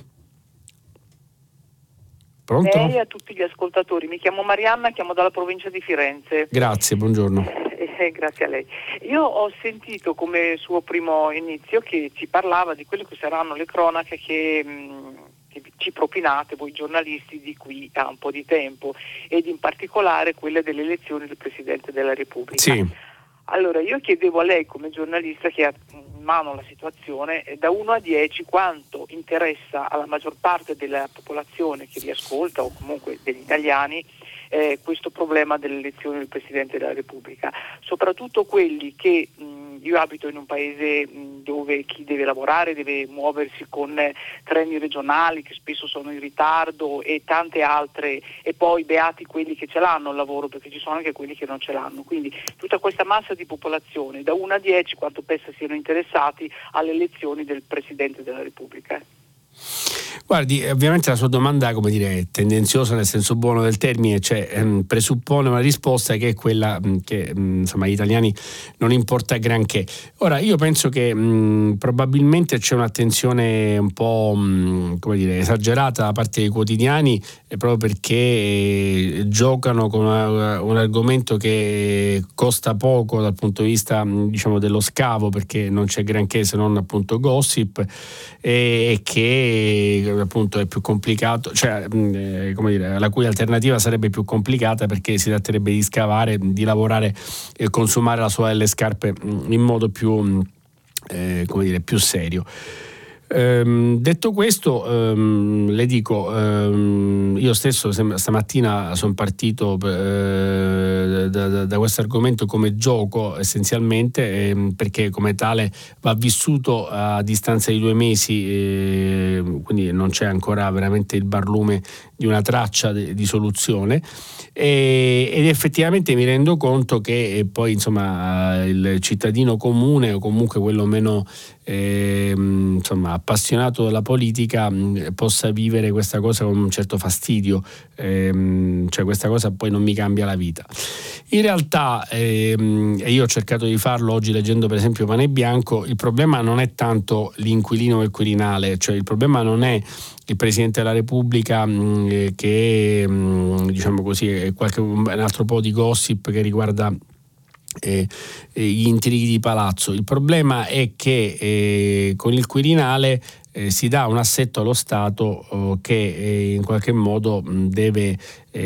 E a tutti gli ascoltatori. Mi chiamo Marianna, chiamo dalla provincia di Firenze.
Grazie, buongiorno.
Grazie a lei. Io ho sentito come suo primo inizio che ci parlava di quelle che saranno le cronache che ci propinate voi giornalisti di qui a un po' di tempo, ed in particolare quelle delle elezioni del Presidente della Repubblica.
Sì.
Allora io chiedevo a lei, come giornalista che ha in mano la situazione, da 1 a 10 quanto interessa alla maggior parte della popolazione che vi ascolta, o comunque degli italiani, questo problema delle elezioni del Presidente della Repubblica, soprattutto quelli che io abito in un paese dove chi deve lavorare deve muoversi con treni regionali che spesso sono in ritardo e tante altre, e poi beati quelli che ce l'hanno il lavoro, perché ci sono anche quelli che non ce l'hanno. Quindi tutta questa massa di popolazione, da 1 a 10 quanto pensa siano interessati alle elezioni del Presidente della Repubblica?
Guardi, ovviamente la sua domanda, è tendenziosa nel senso buono del termine, cioè presuppone una risposta che è quella che agli italiani non importa granché. Ora, io penso che probabilmente c'è un'attenzione un po' esagerata da parte dei quotidiani, proprio perché giocano con un argomento che costa poco dal punto di vista dello scavo, perché non c'è granché se non appunto gossip, e che appunto è più complicato, la cui alternativa sarebbe più complicata, perché si tratterebbe di scavare, di lavorare e consumare la suola delle scarpe in modo più più serio. Detto questo, le dico, io stesso stamattina sono partito da questo argomento come gioco essenzialmente, perché come tale va vissuto a distanza di 2 mesi, quindi non c'è ancora veramente il barlume di una traccia di soluzione, ed effettivamente mi rendo conto che poi insomma il cittadino comune, o comunque quello meno appassionato dalla politica, possa vivere questa cosa con un certo fastidio, cioè questa cosa poi non mi cambia la vita. In realtà, e io ho cercato di farlo oggi leggendo per esempio Pane Bianco, il problema non è tanto l'inquilino o il Quirinale, cioè il problema non è il Presidente della Repubblica che diciamo così è un altro po' di gossip che riguarda gli intrighi di palazzo. Il problema è che con il Quirinale si dà un assetto allo Stato che in qualche modo deve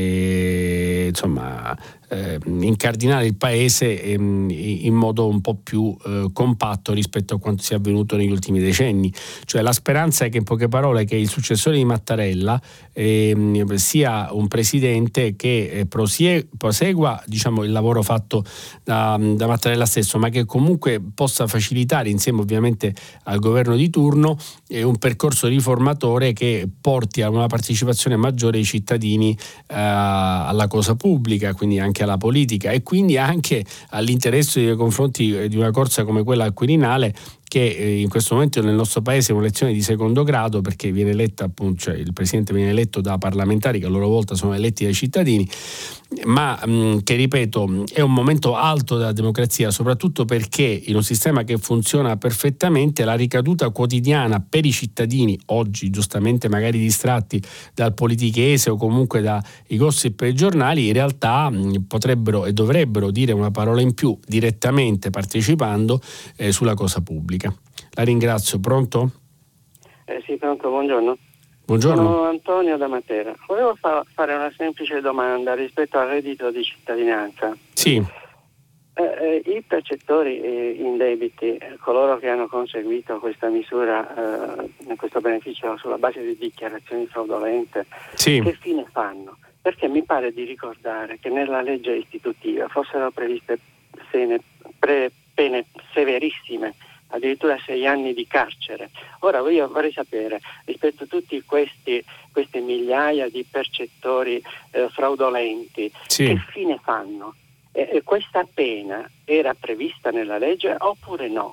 incardinare il paese in modo un po' più compatto rispetto a quanto sia avvenuto negli ultimi decenni. Cioè la speranza è che, in poche parole, che il successore di Mattarella sia un presidente che prosegua diciamo il lavoro fatto da Mattarella stesso, ma che comunque possa facilitare, insieme ovviamente al governo di turno, un percorso riformatore che porti a una partecipazione maggiore dei cittadini alla cosa pubblica, quindi anche alla politica, e quindi anche all'interesse nei confronti di una corsa come quella al Quirinale, che in questo momento nel nostro paese è un'elezione di secondo grado, perché viene eletta appunto, cioè il presidente viene eletto da parlamentari che a loro volta sono eletti dai cittadini, ma che ripeto è un momento alto della democrazia, soprattutto perché in un sistema che funziona perfettamente la ricaduta quotidiana per i cittadini, oggi giustamente magari distratti dal politichese o comunque dai gossip e giornali, in realtà potrebbero e dovrebbero dire una parola in più direttamente partecipando sulla cosa pubblica. La ringrazio. Pronto?
Sì, pronto, buongiorno.
Buongiorno.
Sono Antonio da Matera. Volevo fare una semplice domanda rispetto al reddito di cittadinanza.
Sì.
I percettori indebiti, coloro che hanno conseguito questa misura, questo beneficio sulla base di dichiarazioni fraudolente,
sì,
che fine fanno? Perché mi pare di ricordare che nella legge istitutiva fossero previste pene severissime, addirittura 6 anni di carcere. Ora io vorrei sapere, rispetto a tutti queste migliaia di percettori fraudolenti,
sì,
che fine fanno? Questa pena era prevista nella legge oppure no?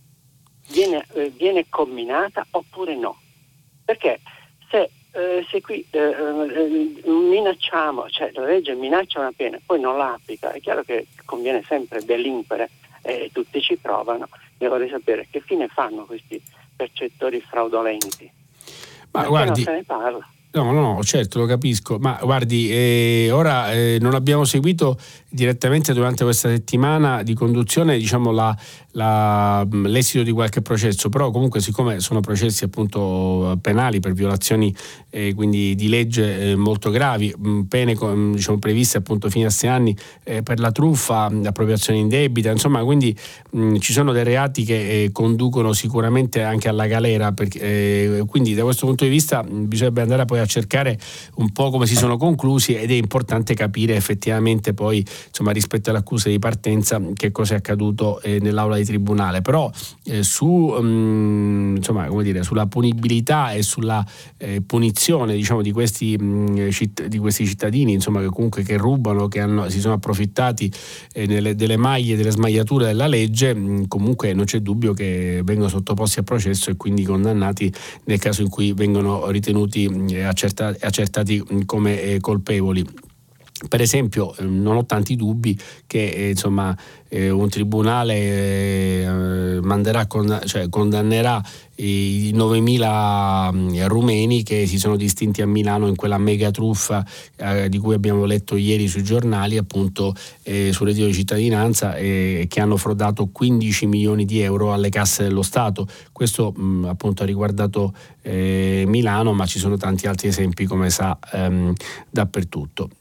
Viene comminata oppure no? Perché se qui minacciamo, cioè la legge minaccia una pena, poi non la applica, è chiaro che conviene sempre delinquere e tutti ci provano. Io vorrei sapere che fine fanno questi percettori fraudolenti.
Ma guardi,
non se ne parla.
No, certo, lo capisco, ma guardi, ora non abbiamo seguito direttamente durante questa settimana di conduzione, diciamo, l'esito di qualche processo, però comunque siccome sono processi appunto penali per violazioni quindi di legge molto gravi, pene diciamo previste appunto fino a 6 anni per la truffa, appropriazione indebita, insomma, quindi ci sono dei reati che conducono sicuramente anche alla galera, quindi da questo punto di vista bisognerebbe andare poi a cercare un po' come si sono conclusi, ed è importante capire effettivamente poi, insomma, rispetto alle accuse di partenza, che cosa è accaduto nell'aula di tribunale. Però insomma, come dire, sulla punibilità e sulla punizione, diciamo, di questi cittadini, insomma, che comunque che rubano, che si sono approfittati delle maglie, delle smagliature della legge, comunque non c'è dubbio che vengono sottoposti a processo e quindi condannati nel caso in cui vengono ritenuti accertati come colpevoli. Per esempio, non ho tanti dubbi che insomma un tribunale condannerà i 9.000 rumeni che si sono distinti a Milano in quella mega truffa di cui abbiamo letto ieri sui giornali, appunto sul reddito di cittadinanza, che hanno frodato 15 milioni di euro alle casse dello Stato. Questo appunto ha riguardato Milano, ma ci sono tanti altri esempi, come sa, dappertutto.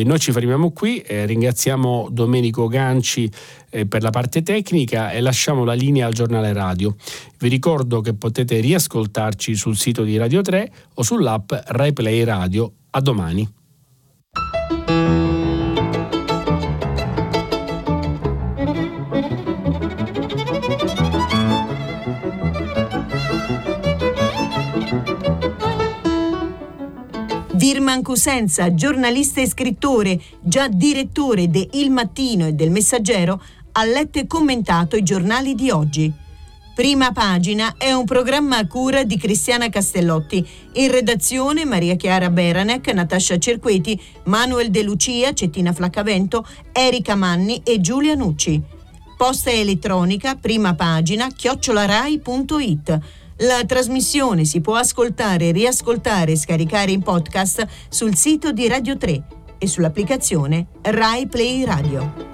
Noi ci fermiamo qui, ringraziamo Domenico Ganci per la parte tecnica e lasciamo la linea al giornale radio. Vi ricordo che potete riascoltarci sul sito di Radio 3 o sull'app Rai Play Radio. A domani.
Virman Cosenza, giornalista e scrittore, già direttore de Il Mattino e del Messaggero, ha letto e commentato i giornali di oggi. Prima Pagina è un programma a cura di Cristiana Castellotti. In redazione Maria Chiara Beranec, Natascia Cerqueti, Manuel De Lucia, Cettina Flaccavento, Erika Manni e Giulia Nucci. Posta elettronica primapagina@rai.it. La trasmissione si può ascoltare, riascoltare e scaricare in podcast sul sito di Radio 3 e sull'applicazione Rai Play Radio.